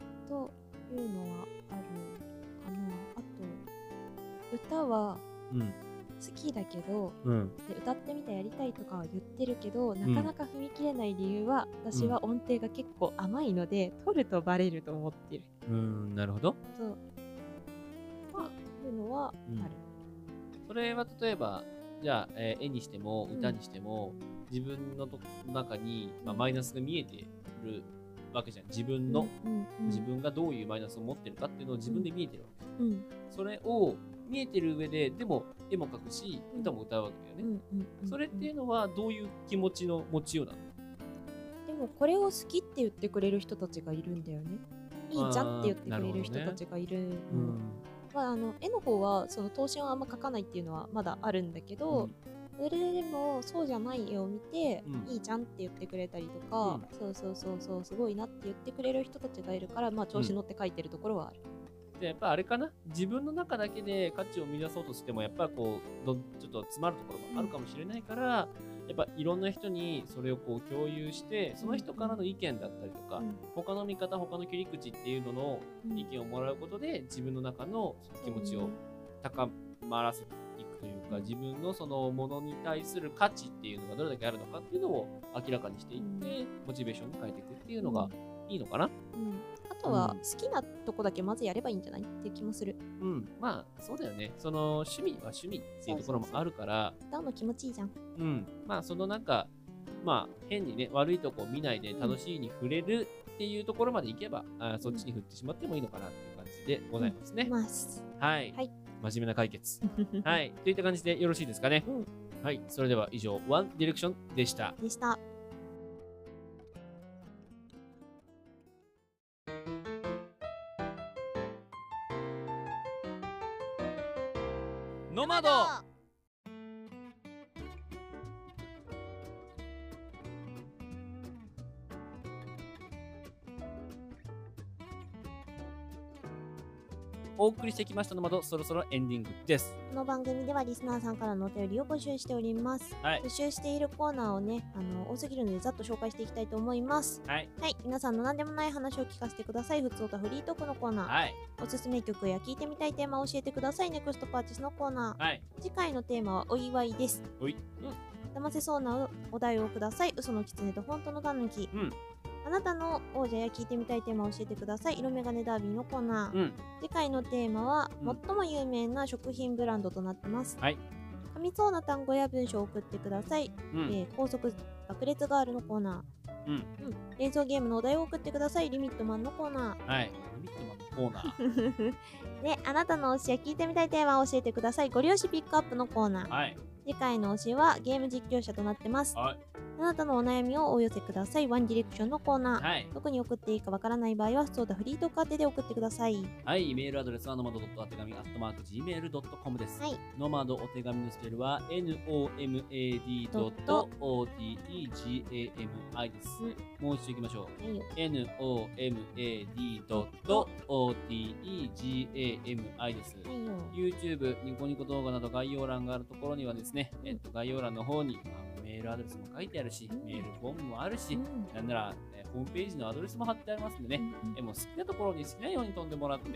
Speaker 2: かな。あと歌は好きだけど、で歌ってみたやりたいとかは言ってるけど、なかなか踏み切れない理由は、私は音程が結構甘いので、取るとバレると思ってる。
Speaker 1: なるほど。
Speaker 2: そう。まあ、いうのはある。
Speaker 1: それは例えば、じゃあ、絵にしても歌にしても、自分の中に、マイナスが見えてるわけじゃん。自分がどういうマイナスを持ってるかっていうのを自分で見えてるわけ。それを見えてる上で、でも絵も描くし、歌も歌うわけだよね。それっていうのはどういう気持ちの持ちようなの？
Speaker 2: でもこれを好きって言ってくれる人たちがいるんだよね。いいじゃんって言ってくれる人たちがいる。絵の方はその等身をあんま描かないっていうのはまだあるんだけど、それでもそうじゃない絵を見て、いいじゃんって言ってくれたりとか、そうすごいなって言ってくれる人たちがいるから、まあ調子乗って描いてるところはある。
Speaker 1: でやっぱあれかな、自分の中だけで価値を見出そうとしてもやっぱこうちょっと詰まるところもあるかもしれないから、やっぱいろんな人にそれをこう共有して、その人からの意見だったりとか、他の見方、他の切り口っていうのの意見をもらうことで、自分の中の気持ちを高まらせていくというか、自分のそのものに対する価値っていうのがどれだけあるのかっていうのを明らかにしていって、モチベーションに変えていくっていうのがいいのかな。
Speaker 2: あとは好きなとこだけまずやればいいんじゃないっていう気もする。
Speaker 1: まあそうだよね。その趣味は趣味っていうところもあるから、
Speaker 2: 歌うの気持ちいいじゃん。
Speaker 1: まあそのなんか、まあ変にね、悪いとこ見ないで楽しいに触れるっていうところまでいけば、そっちに振ってしまってもいいのかなっていう感じでございますね。はい。真面目な解決。はい。といった感じでよろしいですかね。はい。それでは以上、ワンディレクションでした。ノマド。お送りしてきましたノマド、そろそろエンディングです。
Speaker 2: この番組ではリスナーさんからのお便りを募集しております。募集しているコーナーをね、多すぎるのでざっと紹介していきたいと思います。皆さんの何でもない話を聞かせてください。ふつおたフリートークのコーナー。おすすめ曲や聞いてみたいテーマを教えてください。ネクストパーティスのコーナー。次回のテーマはお祝いです。騙せそうなお題をください。嘘の狐と本当のタヌキ。あなたの王者や聞いてみたいテーマを教えてください。色眼鏡ダービーのコーナー。次回のテーマは、最も有名な食品ブランドとなってます。噛みそうな単語や文章を送ってください。高速爆裂ガールのコーナー。連想ゲームのお題を送ってください。リミットマンのコーナー。
Speaker 1: リミットマンのコーナー。
Speaker 2: で、あなたの推しや聞いてみたいテーマを教えてください。ご利用しピックアップのコーナー。次回の推しはゲーム実況者となってます。あなたのお悩みをお寄せください。ワンディレクションのコーナー。どこに送っていいかわからない場合は、そうだフリートーク宛てで送ってください。
Speaker 1: メールアドレスはノマドお手紙@gmail.com です。ノマドお手紙のスペルは nomad.otegami です。もう一度いきましょう。nomad.otegami です。YouTube、ニコニコ動画など概要欄があるところにはですね、概要欄の方にメールアドレスも書いてあるし、メールフォームもあるし、なんなら、ホームページのアドレスも貼ってありますんでね、もう好きなところに好きなように飛んでもらって、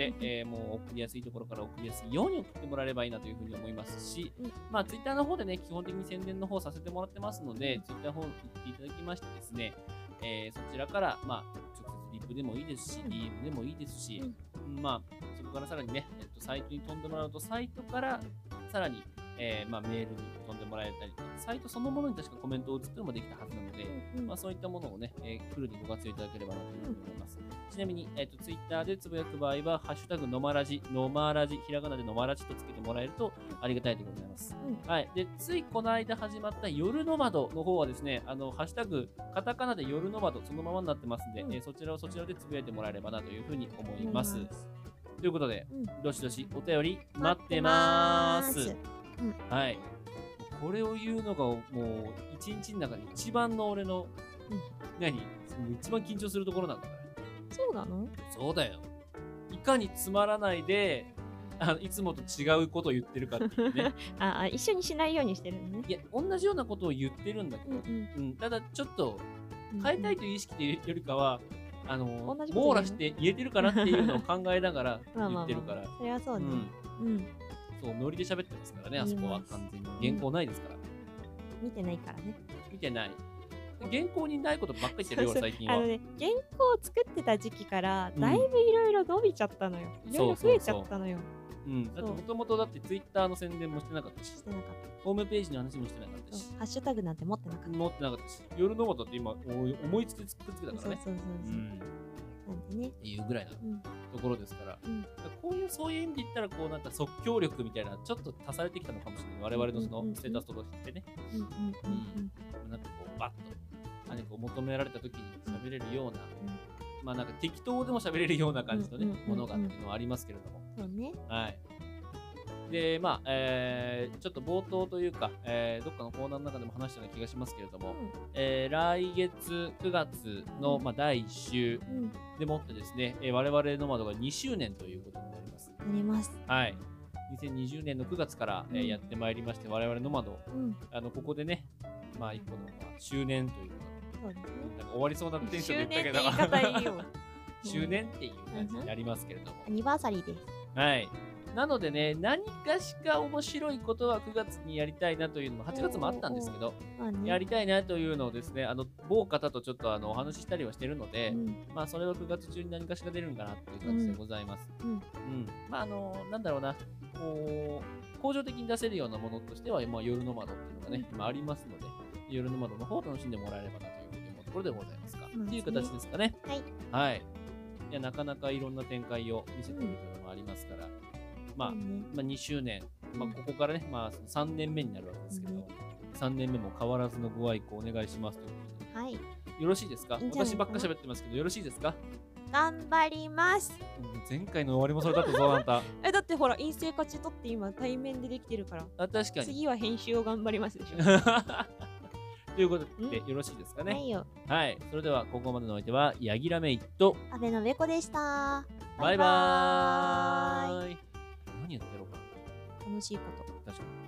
Speaker 1: もう送りやすいところから送りやすいように送ってもらえればいいなというふうに思いますし、まあ Twitter の方でね、基本的に宣伝の方させてもらってますので、Twitter の方に行っていただきましてですね、そちらから、まあ、直接リップでもいいですし、DM でもいいですし、まあ、そこからさらにね、サイトに飛んでもらうと、サイトからさらに、まあ、メールに飛んでもらえたり、サイトそのものに確かコメントを打つのもできたはずなので、まあ、そういったものをね、フルにご活用いただければなというふうに思います。ちなみに、ツイッターでつぶやく場合は、ハッシュタグのまらじ、ひらがなでのまらじとつけてもらえるとありがたいでございます。はい。で、ついこの間始まった夜の窓の方はですね、ハッシュタグ、カタカナで夜の窓、そのままになってますんで、そちらをそちらでつぶやいてもらえればなというふうに思います。ということで、どしどしお便り待ってまーす。はい。これを言うのがもう一日の中で一番の俺の、一番緊張するところなんだから。
Speaker 2: そうなの？
Speaker 1: そうだよ。いかにつまらないで、いつもと違うことを言ってるかっていうね。
Speaker 2: 一緒にしないようにしてるのね。
Speaker 1: いや、同じようなことを言ってるんだけど、ただちょっと変えたいという意識というよりかは、 網羅して言えてるかなっていうのを考えながら言ってるから。
Speaker 2: それはそうね。
Speaker 1: そう、ノリで喋ってますからね、あそこは完全に。原稿ないですから。
Speaker 2: 見てないからね。
Speaker 1: 見てない。原稿にないことばっかり言ってるよ、最近は。
Speaker 2: 原稿を作ってた時期から、だいぶいろいろ伸びちゃったのよ。いろいろ増えちゃったのよ。だってもともとだってツイッターの宣伝もしてなかったし、ホームページの話もしてなかったし、 ハッシュタグなんて持ってなかった。
Speaker 1: 持ってなかったし、夜の窓って今思いつきで作ってたからね。
Speaker 2: そう。なんでね。
Speaker 1: っていうぐらいなところですから、そういう意味で言ったら、こうなんか即興力みたいな、ちょっと足されてきたのかもしれない。我々のそのステータスとしてね。なんかこう、バッと何か求められた時に喋れるような、まあなんか適当でも喋れるような感じのね、ものがっていうのはありますけれども。
Speaker 2: そうね。
Speaker 1: はい。で、まあ、ちょっと冒頭というか、どっかのコーナーの中でも話したような気がしますけれども、来月9月の、第1週でもってですね、我々の窓が2周年ということになります。
Speaker 2: なります。
Speaker 1: はい。2020年の9月から、やってまいりまして、我々の窓、ここでね、まあ一個の周年ということで、なんか終わりそうなテンションで言ったけど、周年っていう感じになりますけれども。
Speaker 2: アニバーサリーです。
Speaker 1: はい。なのでね、何かしか面白いことは9月にやりたいなというのも、8月もあったんですけど、やりたいなというのをですね、某方とちょっとお話ししたりはしてるので、まあ、それは9月中に何かしら出るんかなっていう感じでございます。まあ、なんだろうな、こう、恒常的に出せるようなものとしては、まあ、夜の窓っていうのがね、今ありますので、夜の窓の方を楽しんでもらえればなというところでございますか。っていう形ですかね。はい。いや、なかなかいろんな展開を見せているというのもありますから、まあ、2周年、ここからね、3年目になるわけですけど、3年目も変わらずのご愛顧お願いしますということで。
Speaker 2: はい。
Speaker 1: よろしいですか？私ばっか喋ってますけど、よろしいですか？
Speaker 2: 頑張ります。
Speaker 1: 前回の終わりもそれだったぞ、あんた。
Speaker 2: だってほら、陰性勝ち取って今対面でできてるから。
Speaker 1: 確かに。
Speaker 2: 次は編集を頑張りますでしょ。
Speaker 1: ということで、よろしいですかね。
Speaker 2: はいよ。
Speaker 1: はい。それでは、ここまでのお相手は、ヤギラメイと、
Speaker 2: 阿部のべこでした。
Speaker 1: バイバーイ。何やってやろうか。
Speaker 2: 楽しいこと。
Speaker 1: 確かに。